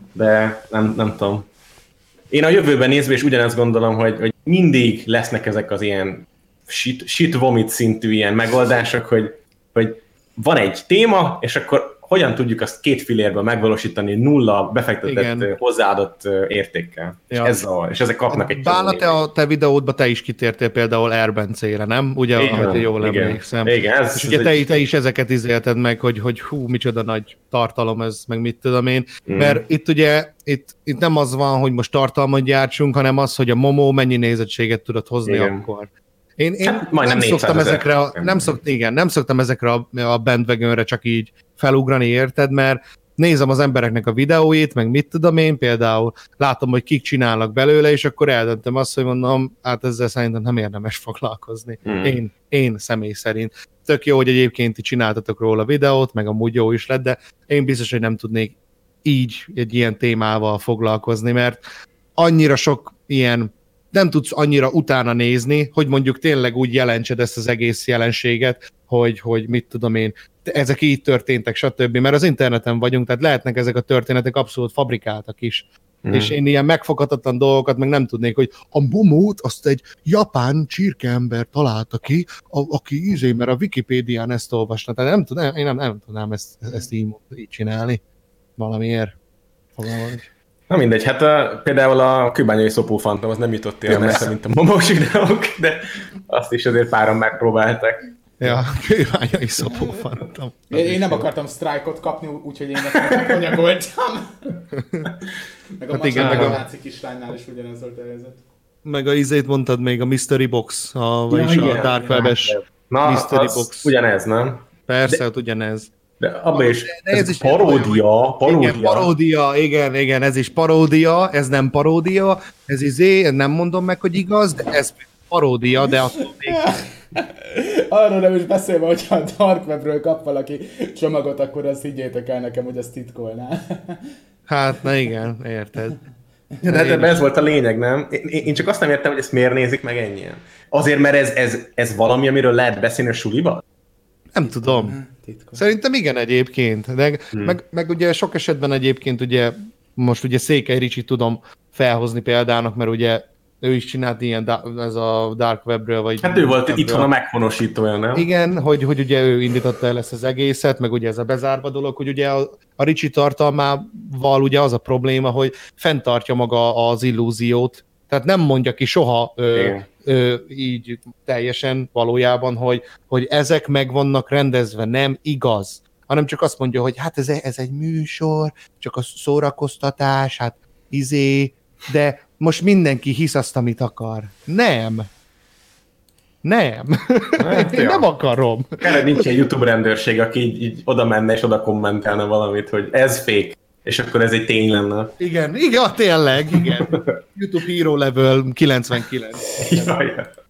de nem, nem tudom. Én a jövőben nézve is ugyanezt gondolom, hogy, hogy mindig lesznek ezek az ilyen shit, shit vomit szintű ilyen megoldások, hogy, hogy van egy téma, és akkor hogyan tudjuk azt két fillérből megvalósítani nulla befektetett Igen. hozzáadott értékkel. Ja. És, ez a, és ezek kapnak egy... Bálna, te a te videódba te is kitértél például Erbencére, nem? Ugye, Igen. ahogy jól Igen. emlékszem. Igen, ez, és ez ugye te, egy... te is ezeket izélted meg, hogy, hogy hú, micsoda nagy tartalom ez, meg mit tudom én. Mm. Mert itt ugye, itt, itt nem az van, hogy most tartalmat gyártsunk, hanem az, hogy a Momo mennyi nézettséget tudod hozni Igen. akkor. Én, én hát, nem szoktam ezekre, a, nem, szokt, igen, nem szoktam ezekre a, a bandwagonre csak így felugrani, érted, mert nézem az embereknek a videóit, meg mit tudom én, például látom, hogy kik csinálnak belőle, és akkor eldöntöm azt, hogy mondom, hát ezzel szerintem nem érdemes foglalkozni. Mm. Én, én személy szerint. Tök jó, hogy egyébként ti csináltatok róla videót, meg amúgy jó is lett, de én biztos, hogy nem tudnék így egy ilyen témával foglalkozni, mert annyira sok ilyen nem tudsz annyira utána nézni, hogy mondjuk tényleg úgy jelentsed ezt az egész jelenséget, hogy, hogy mit tudom én, ezek így történtek, stb. Mert az interneten vagyunk, tehát lehetnek ezek a történetek abszolút fabrikáltak is. Mm. És én ilyen megfoghatatlan dolgokat meg nem tudnék, hogy a Momót azt egy japán csirkeember találta ki, a, aki ízé, mert a Wikipédián ezt olvasna. Tehát nem tudom, én nem, nem tudnám ezt, ezt így, így csinálni valamiért. Fogalmam. Na mindegy, hát a, például a kőbányai szopófantom az nem jutott ilyen messze, mint a momós videók, de azt is azért páran megpróbáltak. Ja, kőbányai szopófantom. Én, én nem akartam sztrájkot kapni, úgyhogy én nekem anyagoltam. Meg a hát igen, meg a látszik kislánynál is ugyanez volt a helyzet. Meg a izét mondtad még, a Mystery Box, a, vagyis ja, a Dark Web-es Mystery Box. Ugyanez, nem? Persze, de... ugyanez. De abban is, de ez, ez is paródia, paródia. Igen, paródia, igen, igen, ez is paródia, ez nem paródia, ez izé, nem mondom meg, hogy igaz, de ez paródia, de attól még... Arról nem is beszélve, hogyha a Dark Webről kap valaki csomagot, akkor azt higgyétek el nekem, hogy azt titkolná. Hát, na igen, érted. De, de, de ez volt a lényeg, nem? Én, én csak azt nem értem, hogy ezt miért nézik meg ennyien. Azért, mert ez, ez, ez valami, amiről lehet beszélni a suliban? Nem tudom. Titkos. Szerintem igen egyébként. De, hmm. meg, meg ugye sok esetben egyébként ugye most ugye Székely Ricsit tudom felhozni példának, mert ugye ő is csinált ilyen, ez a Dark Webről, vagy... Hát ő volt itthon a meghonosítója, nem? Igen, hogy, hogy ugye ő indította el ezt az egészet, meg ugye ez a bezárva dolog, hogy ugye a, a Ricsi tartalmával ugye az a probléma, hogy fenntartja maga az illúziót, tehát nem mondja ki soha ö, ö, így teljesen valójában, hogy, hogy ezek meg vannak rendezve, nem igaz, hanem csak azt mondja, hogy hát ez, ez egy műsor, csak a szórakoztatás, hát izé, de most mindenki hisz azt, amit akar. Nem. Nem. Hát, Én ja. nem akarom. Kár, nincs egy YouTube rendőrség, aki így, így oda menne és oda kommentálna valamit, hogy ez fake, és akkor ez egy tény lenne. Igen, igen, tényleg, igen. YouTube Hero Level kilencvenkilenc. Jaj.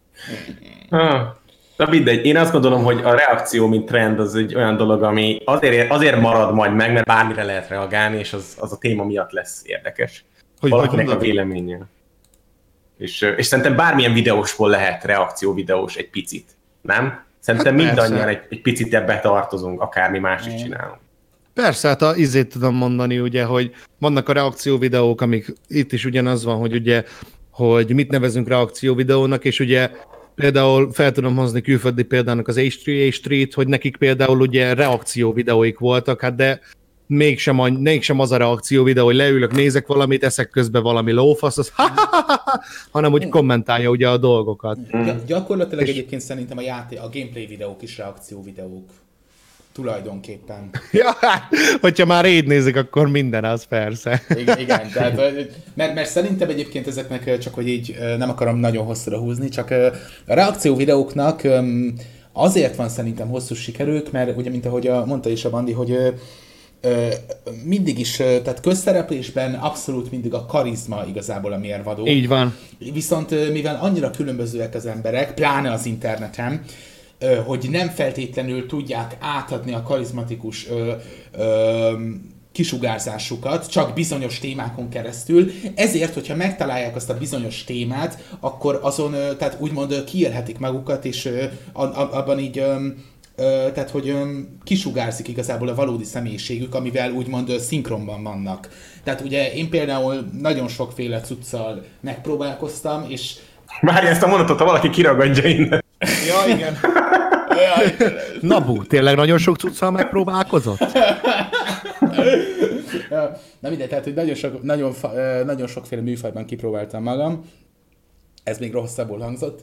Na mindegy, én azt gondolom, hogy a reakció, mint trend, az egy olyan dolog, ami azért, azért marad majd meg, mert bármire lehet reagálni, és az, az a téma miatt lesz érdekes. Hogy valakinek a véleménye. És, és szerintem bármilyen videósból lehet reakció videós egy picit, nem? Szerintem hát mindannyian egy, egy picit ebbe tartozunk, akármi más is csinálunk. Persze, hát a, izét tudom mondani, ugye, hogy vannak a reakció videók, amik itt is ugyanaz van, hogy ugye, hogy mit nevezünk reakció videónak, és ugye például fel tudom hozni külföldi példának az há három há három-t, hogy nekik például ugye reakció videóik voltak, hát de mégsem, a, mégsem az a reakció videó, hogy leülök, nézek valamit, eszek közben valami lófasz, az hanem hogy kommentálja ugye a dolgokat. Gy- gyakorlatilag és... egyébként szerintem a játék, a gameplay videók is reakció videók. Tulajdonképpen. Ja, hogyha már így nézik, akkor minden az persze. Igen, igen tehát, mert, mert szerintem egyébként ezeknek, csak hogy így nem akarom nagyon hosszúra húzni, csak a reakció videóknak azért van szerintem hosszú sikerük, mert ugye, mint ahogy mondta is a Bandi, hogy mindig is, tehát közszereplésben abszolút mindig a karizma igazából a mérvadó. Így van. Viszont mivel annyira különbözőek az emberek, pláne az interneten, hogy nem feltétlenül tudják átadni a karizmatikus ö, ö, kisugárzásukat, csak bizonyos témákon keresztül. Ezért, hogyha megtalálják azt a bizonyos témát, akkor azon, tehát úgymond kiélhetik magukat, és abban így, tehát hogy kisugárzik igazából a valódi személyiségük, amivel úgymond szinkronban vannak. Tehát ugye én például nagyon sokféle cuccal megpróbálkoztam, és... Várj, ezt a mondatot, ha valaki kiragadja innen. Ja, igen. Nabu, tényleg nagyon sok cuccal megpróbálkozott? Na mindegy, tehát hogy nagyon, sok, nagyon, nagyon sokféle műfajban kipróbáltam magam. Ez még rosszabbul hangzott.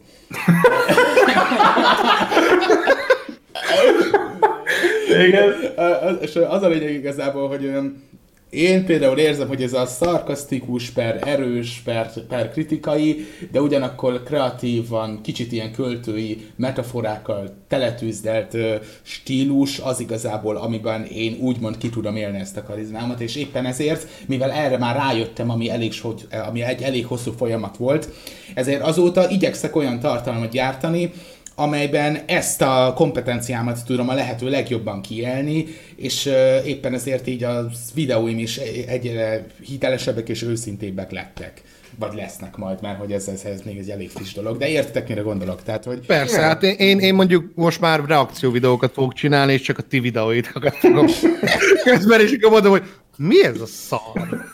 Igen. És az a lényeg igazából, hogy én például érzem, hogy ez a szarkasztikus, per erős, per, per kritikai, de ugyanakkor kreatívan, kicsit ilyen költői metaforákkal teletűzdelt stílus az igazából, amiben én úgymond ki tudom élni ezt a karizmámat, és éppen ezért, mivel erre már rájöttem, ami, elég, ami egy elég hosszú folyamat volt, ezért azóta igyekszek olyan tartalmat gyártani, amelyben ezt a kompetenciámat tudom a lehető legjobban kiélni, és uh, éppen ezért így a videóim is egyre hitelesebbek és őszintébbek lettek. Vagy lesznek majd, mert hogy ez, ez, ez még egy elég friss dolog, de értitek, mire gondolok? Tehát, hogy... Persze, ja. Hát én, én mondjuk most már reakció videókat fogok csinálni, és csak a ti videóitokat fogom közben, és akkor mondom, hogy mi ez a szar?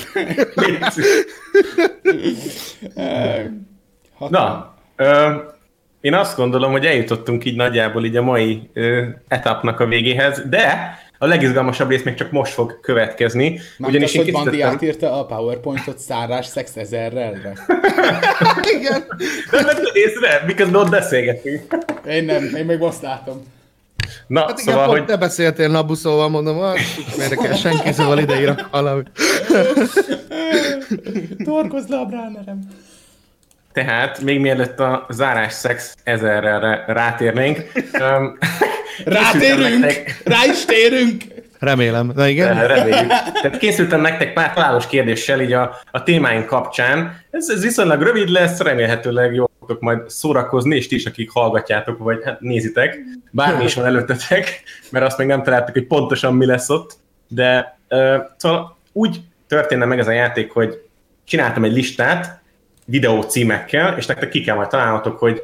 Na, ö... én azt gondolom, hogy eljutottunk így nagyjából így a mai ö, etapnak a végéhez, de a legizgalmasabb rész még csak most fog következni. Már ugyanis az, hogy Bandi átírta a PowerPointot szárás szex ezerrel. Igen. De vetted észre, miközben ott beszélgetünk. Én nem, én még most látom. Na, hát igen, szóval, hogy... te beszéltél Nabu, szóval mondom, hogy érdekel senki, szóval ide írok valamit. Torkozd le a bránerem. Tehát, még mielőtt a zárás szex ezerrel rátérnénk. Um, Rátérünk! Nektek... Rá is térünk! Remélem, de igen. De, reméljük. Tehát készültem nektek pár találós kérdéssel így a, a témáink kapcsán. Ez, ez viszonylag rövid lesz, remélhetőleg jól fogtok majd szórakozni, és ti is, akik hallgatjátok, vagy hát nézitek. Bármi is van előttetek, mert azt még nem találtuk, hogy pontosan mi lesz ott. De uh, szóval úgy történne meg ez a játék, hogy csináltam egy listát videó címekkel, és nektek ki kell majd találnotok, hogy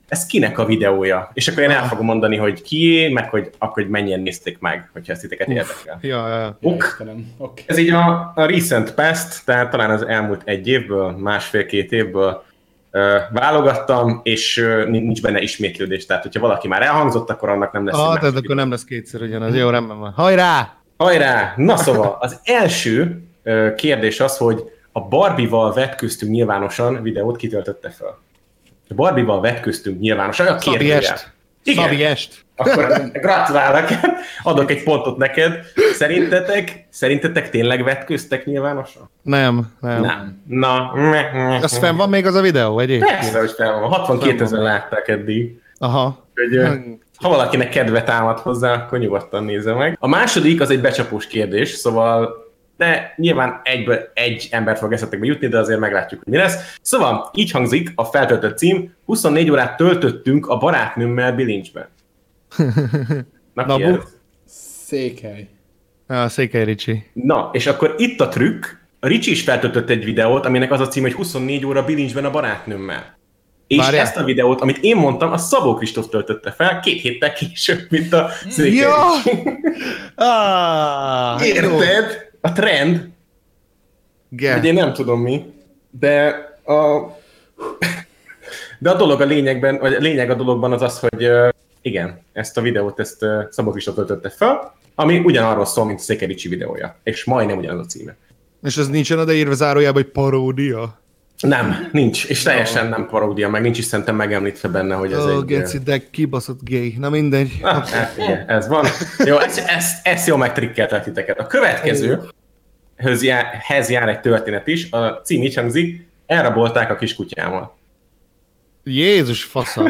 ez kinek a videója? És akkor én el fogom mondani, hogy kié, meg hogy akkor hogy mennyien nézték meg, hogyha ezt titeket érdekel. Ja, ja. Ok. Okay. Ez így a, a recent past, tehát talán az elmúlt egy évből, másfél-két évből uh, válogattam, és uh, nincs benne ismétlődés. Tehát, hogyha valaki már elhangzott, akkor annak nem lesz. Ah, tehát akkor nem lesz kétszer ugyanaz. Jó, rendben van. Hajrá! Hajrá! Na szóval, az első uh, kérdés az, hogy a Barbie-val vetköztünk nyilvánosan videót kitöltötte fel. A Barbie-val vetköztünk nyilvánosan. A Szabiest. Szabiest. Akkor gratulálok, adok egy pontot neked. Szerintetek, szerintetek tényleg vetköztek nyilvánosan? Nem, nem. Nem. Na. Az fenn van még az a videó, egyébként? Persze, hogy fenn van. hatvankét ezer látták eddig. Aha. Hogy, ha valakinek kedve támad hozzá, akkor nyugodtan nézze meg. A második az egy becsapós kérdés, szóval de nyilván egyből egy ember fog eszetekbe jutni, de azért meglátjuk, hogy mi lesz. Szóval így hangzik a feltöltött cím, huszonnégy órát töltöttünk a barátnőmmel bilincsben. Na, Na ki bu- ez? Székely. Ah, Székely Ricsi. Na, és akkor itt a trükk, a Ricsi is feltöltött egy videót, aminek az a cím, hogy huszonnégy óra bilincsben a barátnőmmel. És Várjál. ezt a videót, amit én mondtam, a Szabó Kristóf töltötte fel két héttel később, mint a Székely Ja! Ricsi. Ah, jó. Érted? A trend, Ge. hogy én nem tudom mi, de a, de a dolog a lényegben, vagy a lényeg a dologban az az, hogy uh, igen, ezt a videót ezt uh, Szabó Kristóf töltötte fel, ami ugyanarról szól, mint a Székely Ricsi videója, és majdnem ugyanaz a címe. És az nincsen odaírva zárójában, hogy paródia? Nem, nincs, és teljesen nem paródia, meg nincs is szerintem megemlítve benne, hogy ez Ó, egy... geci, de kibaszott gay. Na mindegy. Ah, hát igen, ez van. Jó, ezt, ezt, ezt jól megtrikkeltek titeket. A következőhöz jár, hez jár egy történet is, a cím így hangzik, elrabolták a kiskutyámat. Jézus fasza.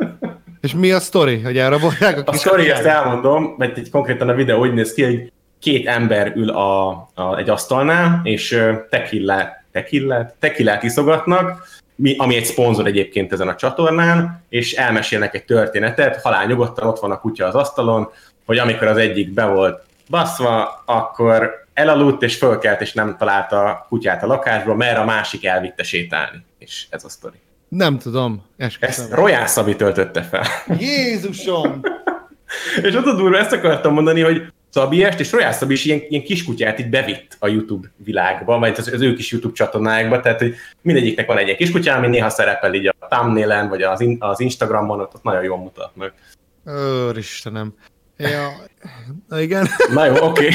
És mi a sztori, hogy elrabolják a A kis sztori, ezt elmondom, mert egy konkrétan a videó úgy néz ki, hogy két ember ül a, a, egy asztalnál, és tekillát, tekillát, tekillát iszogatnak, mi, ami egy szponzor egyébként ezen a csatornán, és elmesélnek egy történetet, halálnyugodtan ott van a kutya az asztalon, hogy amikor az egyik be volt baszva, akkor elaludt és fölkelt, és nem találta a kutyát a lakásba, mert a másik elvitte sétálni. És ez a sztori. Nem tudom. Esküszöm. Ezt Royal Szabi töltötte fel. Jézusom! És ott a durva, ezt akartam mondani, hogy Szabiest és Royal Szabi is ilyen, ilyen kiskutyát itt bevitt a YouTube világba, vagy az, az ő kis YouTube csatornájákba, tehát hogy mindegyiknek van egy ilyen kiskutyá, ami néha szerepel így a thumbnailen, vagy az, in, az Instagramon, ott, ott nagyon jól mutatnak. Őristenem. Ja, na igen. Na jó, oké. Okay.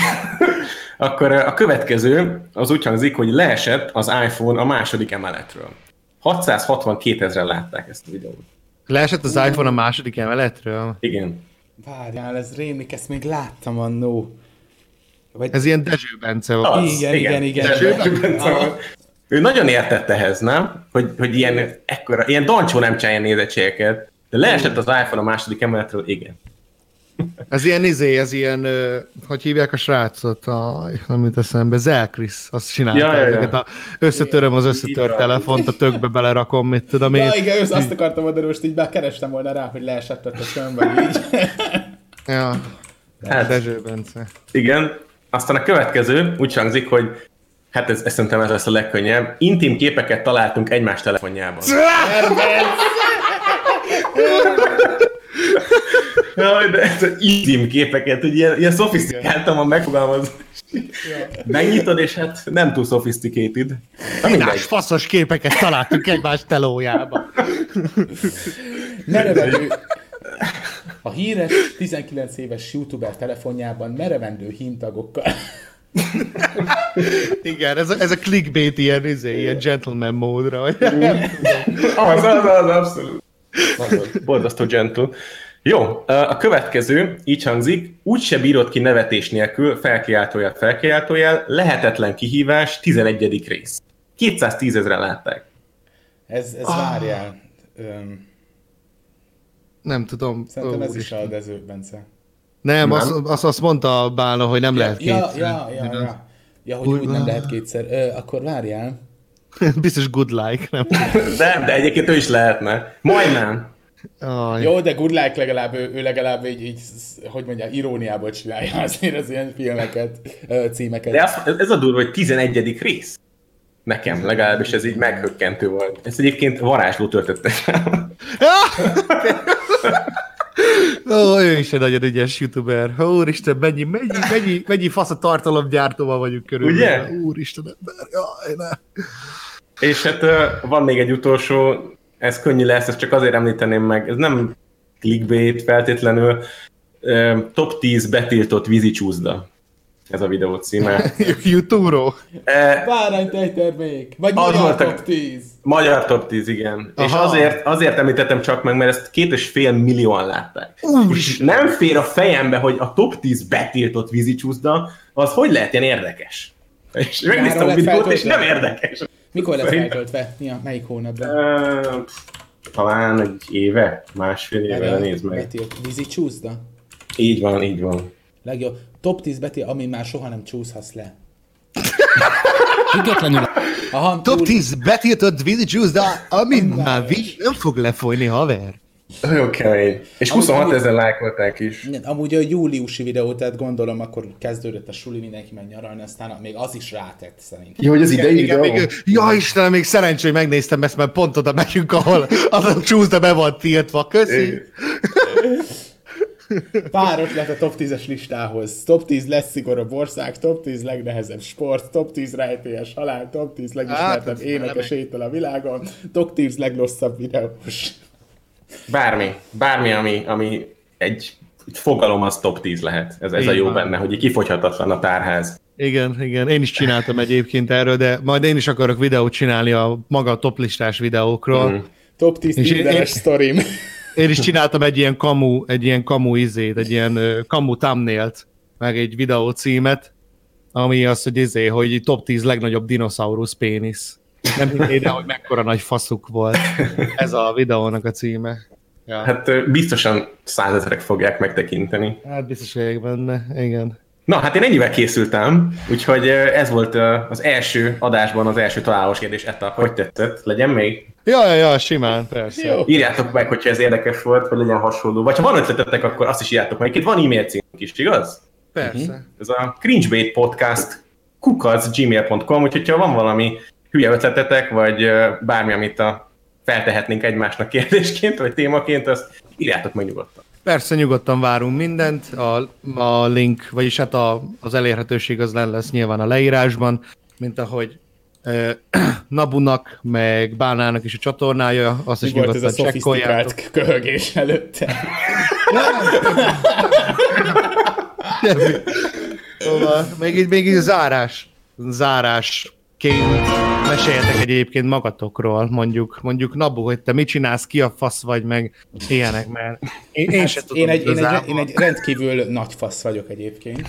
Akkor a következő az úgy hangzik, hogy leesett az iPhone a második emeletről. hatszázhatvankétezren látták ezt a videót. Leesett az iPhone a második emeletről? Igen. Várjál, ez rémlik, ezt még láttam annó. Vagy... Ez ilyen Dezső Bence volt. Az, igen, igen, igen. Dezső Bence volt. Ő nagyon értett ehhez, nem? Hogy, hogy ilyen, ekkora, ilyen dancsó nem csinálja nézettségeket, de leesett az iPhone a második emeletről, igen. Ez ilyen izé, ez ilyen, ö, hogy hívják a srácot, a, nem jut eszembe, Zelkris, azt csinálta. Ja, ja, ja. Ezeket a, összetöröm az összetört telefont, a tökbe belerakom, mit tudom én. Ja, igen, össze azt akartam mondani, most így már kerestem volna rá, hogy leesett a tömbben így. Ja, Hát, Dezső Bence. igen. Aztán a következő úgy hangzik, hogy hát ez, ez szerintem ez lesz a legkönnyebb. Intim képeket találtunk egymás telefonjában. Jaj, de ez az intim képeket, hogy ilyen, ilyen szofisztikáltan van megfogalmazva. Megnyitod, és hát nem túl sophisticated. Na mindegy. Más faszos képeket találtunk egymás telójába. Merevendő... A híres tizenkilenc éves youtuber telefonjában merevendő hímtagokkal. Igen, ez a, ez a clickbait ilyen, izé, ilyen gentleman módra. Vagy Az, az, az, abszolút. Borzasztó gentle. Jó, a következő így hangzik, úgyse bírod ki nevetés nélkül, felkiáltójel, felkiáltójel, lehetetlen kihívás, tizenegyedik rész. kétszáztízezren látták. Ez, ez Ah. várjál. Öm, nem tudom. szerintem Ó, ez is Isten. a Dező Bence. Nem, Nem? azt, azt, azt mondta Bálna, hogy nem lehet Ja, kétszer. ja, ja, ja. Ja, hogy Úgy- úgy nem lehet kétszer. Ö, akkor várjál. Biztos good like, nem? De, de egyébként ő is lehetne. Majdnem. Aj. Jó, de Good Like legalább, ő, ő legalább így, így, hogy mondják, iróniából csinálja azért az ilyen filmeket, ö, címeket. De az, ez a durva, hogy tizenegyedik rész. Nekem legalábbis ez így meghökkentő volt. Ez egyébként varázsló töltötte fel. Ó, ő is egy nagyon ügyes youtuber. Úristen, mennyi, mennyi, mennyi, mennyi fasz a tartalomgyártóval vagyunk körül. Ugye? Úristen, ember, jaj, ne. És hát van még egy utolsó, ez könnyű lesz, ezt csak azért említeném meg, ez nem clickbait feltétlenül, top tíz betiltott vízicsúszda. Ez a videó címe. YouTube-ról? E, Bárány tejtermék! Vagy magyar top tíz! Magyar top tíz, igen. Aha. És azért, azért említettem csak meg, mert ezt két és fél millióan látták. Úr, És nem fér a fejembe, hogy a top tíz betiltott vízicsúszda, az hogy lehet ilyen érdekes? És megnéztem a videót, és nem érdekes. Mikor lesz Szerintem- feltöltve? Mi a, melyik hónapban? Uh, talán egy éve, másfél éve, nézd meg. Betilt vízi csúszda? Így van, így van. Legjobb. Top tíz beti, ami már soha nem csúszhatsz le. Függetlenül Aha, top túl- tíz betiltott vízicsúszda, amit már víz nem fog lefolyni, haver. Nagyon kemény. És huszonhat ezer lájkolták is. Igen, amúgy a júliusi videó, tehát gondolom, akkor kezdődött a suli, mindenki megy nyaralni, aztán még az is rátett szerintem. Jó, hogy az idei Igen, videó? még, ja Istenem, még szerencsé, hogy megnéztem ezt, mert pont oda megyünk, ahol az a csúszda be van tiltva. Köszi. Pár ötlet a top tízes listához. Top tíz legszigorúbb ország, top tíz legnehezebb sport, top tíz rejtélyes halál, top tíz legismertebb Hát, ez énekes remek. étel a világon, top tíz legrosszabb videós. Bármi, bármi, ami, ami egy fogalom, az top tíz lehet. Ez, ez a Így jó van. benne, hogy így kifogyhatatlan a tárház. Igen, igen, én is csináltam egyébként erről, de majd én is akarok videót csinálni a maga toplistás videókról. Mm. Top tíz És én- Tinderes én- sztorim. Én is csináltam egy ilyen kamu, egy ilyen kamu izét, egy ilyen ö, kamu thumbnailt, meg egy videó címet, ami az, hogy izé, hogy top tíz legnagyobb dinoszaurusz pénisz. Nem hinnéd el, hogy mekkora nagy faszuk volt. Ez a videónak a címe. Ja. Hát ö, biztosan százezrek fogják megtekinteni. Hát biztos vagyok benne, igen. Na, hát én ennyivel készültem, úgyhogy ö, ez volt ö, az első adásban az első találós kérdés etap. Hogy tetszett? Legyen még? Ja, ja, ja, simán, persze. Jó. Írjátok meg, hogyha ez érdekes volt, vagy legyen hasonló. Vagy ha van ötletetek, akkor azt is írjátok meg. Itt van e-mail címünk is, igaz? Persze. Ez a cringebait podcast kukac gmail pont com, úgyhogy ha van valami hülye ötletetek, vagy ö, bármi, amit a feltehetnénk egymásnak kérdésként, vagy témaként, azt írjátok meg nyugodtan. Persze, nyugodtan várunk mindent, a, a link, vagyis hát a, az elérhetőség az len lesz nyilván a leírásban, mint ahogy eh, Nabunak, meg Bánának is a csatornája, azt Mi is volt ez a nyugodtan csekkoljátok. szofisztikált köhögés előtte? Szóval, még így, még így zárás, zárásként meséljetek egyébként magatokról, mondjuk, mondjuk Nabu, hogy te mit csinálsz, ki a fasz vagy, meg ilyenek, mert én, én sem tudom Én egy, én, egy, igazából. én egy rendkívül nagy fasz vagyok egyébként.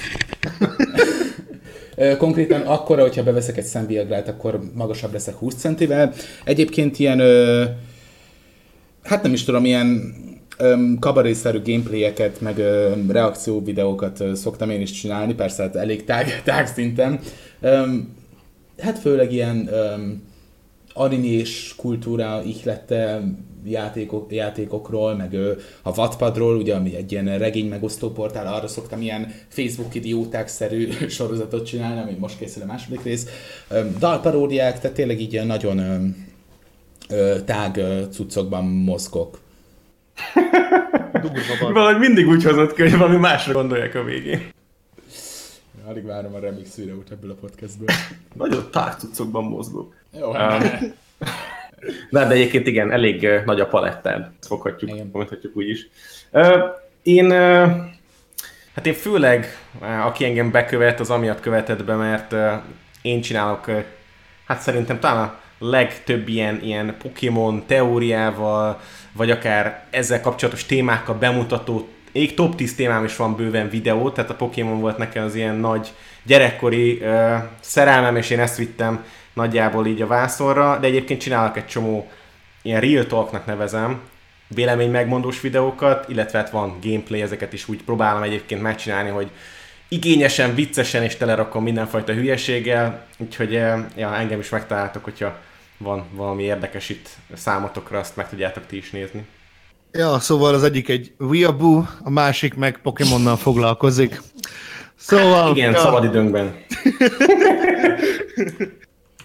Ö, Konkrétan akkor, hogyha beveszek egy szemviagrát, akkor magasabb leszek húsz centivel. Egyébként ilyen, ö, hát nem is tudom, ilyen öm, kabarészerű gameplayeket, meg ö, reakció videókat ö, szoktam én is csinálni, persze hát elég tág, tág szinten. Öm, hát főleg ilyen öm, animés kultúra ihlette játékok, játékokról, meg ö, a Wattpadról, ugye, ami egy ilyen regény megosztó portál, arra szoktam ilyen Facebook idióták-szerű sorozatot csinálni, ami most készül a második rész. Öm, dalparódiák, tehát tényleg így ilyen nagyon öm, ö, tág ö, cuccokban mozgok. Durva van. Valahogy mindig úgy hozott ki, hogy valami másra gondolják a végén. Alig várom a remix videót ebből a podcastből. Nagyon tárcuccokban mozgok. Jó, Um, hát De, de egyébként igen, elég uh, nagy a palettád, ezt foghatjuk, Igen. mondhatjuk úgy is. Uh, én, uh, hát én főleg, uh, aki engem bekövet, az amiatt követett be, mert uh, én csinálok, uh, hát szerintem talán a legtöbb ilyen, ilyen Pokémon teóriával, vagy akár ezzel kapcsolatos témákkal bemutató, még top tíz témám is van bőven videó, tehát a Pokémon volt nekem az ilyen nagy gyerekkori uh, szerelmem, és én ezt vittem nagyjából így a vászonra, de egyébként csinálok egy csomó ilyen Real Talknak nevezem, vélemény megmondós videókat, illetve hát van gameplay, ezeket is úgy próbálom egyébként megcsinálni, hogy igényesen, viccesen és telerakom mindenfajta hülyeséggel, úgyhogy eh, ja, engem is megtaláltok, hogyha van valami érdekes itt számotokra, azt meg tudjátok ti is nézni. Ja, szóval az egyik egy Weeaboo, a másik meg Pokémonnal foglalkozik. Szóval... Igen, ja, szabadidőnkben.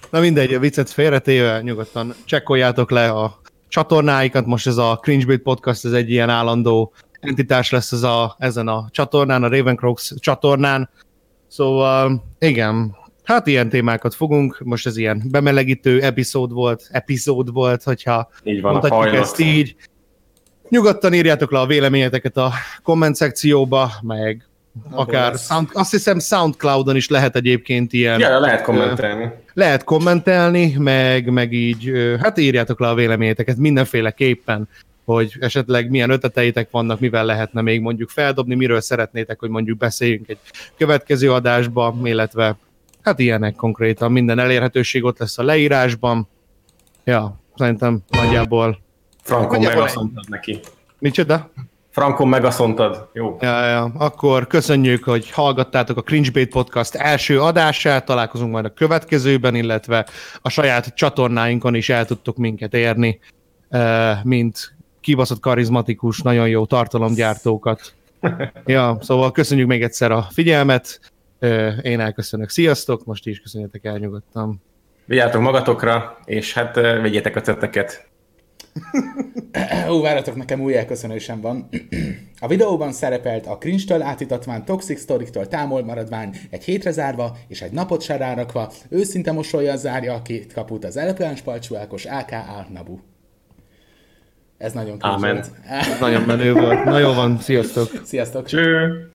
Na mindegy, a viccet félretéve, nyugodtan csekkoljátok le a csatornáikat, most ez a Cringebait Podcast, ez egy ilyen állandó entitás lesz ez a, ezen a csatornán, a Ravencroaks csatornán. Szóval igen, hát ilyen témákat fogunk, most ez ilyen bemelegítő epizód volt, epizód volt, hogyha így van, mondhatjuk ezt így. Nyugodtan írjátok le a véleményeteket a komment szekcióba, meg Abba akár, sound, azt hiszem Soundcloudon is lehet egyébként ilyen... Ja, lehet kommentelni. Lehet kommentelni, meg, meg így, hát írjátok le a véleményeteket mindenféleképpen, hogy esetleg milyen ötleteitek vannak, mivel lehetne még mondjuk feldobni, miről szeretnétek, hogy mondjuk beszéljünk egy következő adásba, illetve hát ilyenek konkrétan, minden elérhetőség ott lesz a leírásban. Ja, szerintem nagyjából... Frankon megaszontad neki. Micsoda? Frankon megaszontad. Jó. Ja, ja. Akkor köszönjük, hogy hallgattátok a Cringebait Podcast első adását, találkozunk majd a következőben, illetve a saját csatornáinkon is el tudtok minket érni, mint kibaszott karizmatikus, nagyon jó tartalomgyártókat. Ja, szóval köszönjük még egyszer a figyelmet, én elköszönök, sziasztok, most is köszönjetek el nyugodtan. Vigyázzatok magatokra, és hát vegyétek a ceteket. Ó, várjatok, nekem új elköszönősem van. A videóban szerepelt a cringe-től átítatvány Toxic Story-től támol maradvány, egy hétre zárva és egy napot se rárakva, őszinte mosolya zárja a két kaput az elegáns palcsúákos á ká á Nabu. Ez nagyon cringe Amen. volt. Nagyon menő volt. Na jó van, sziasztok! Sziasztok! Cső!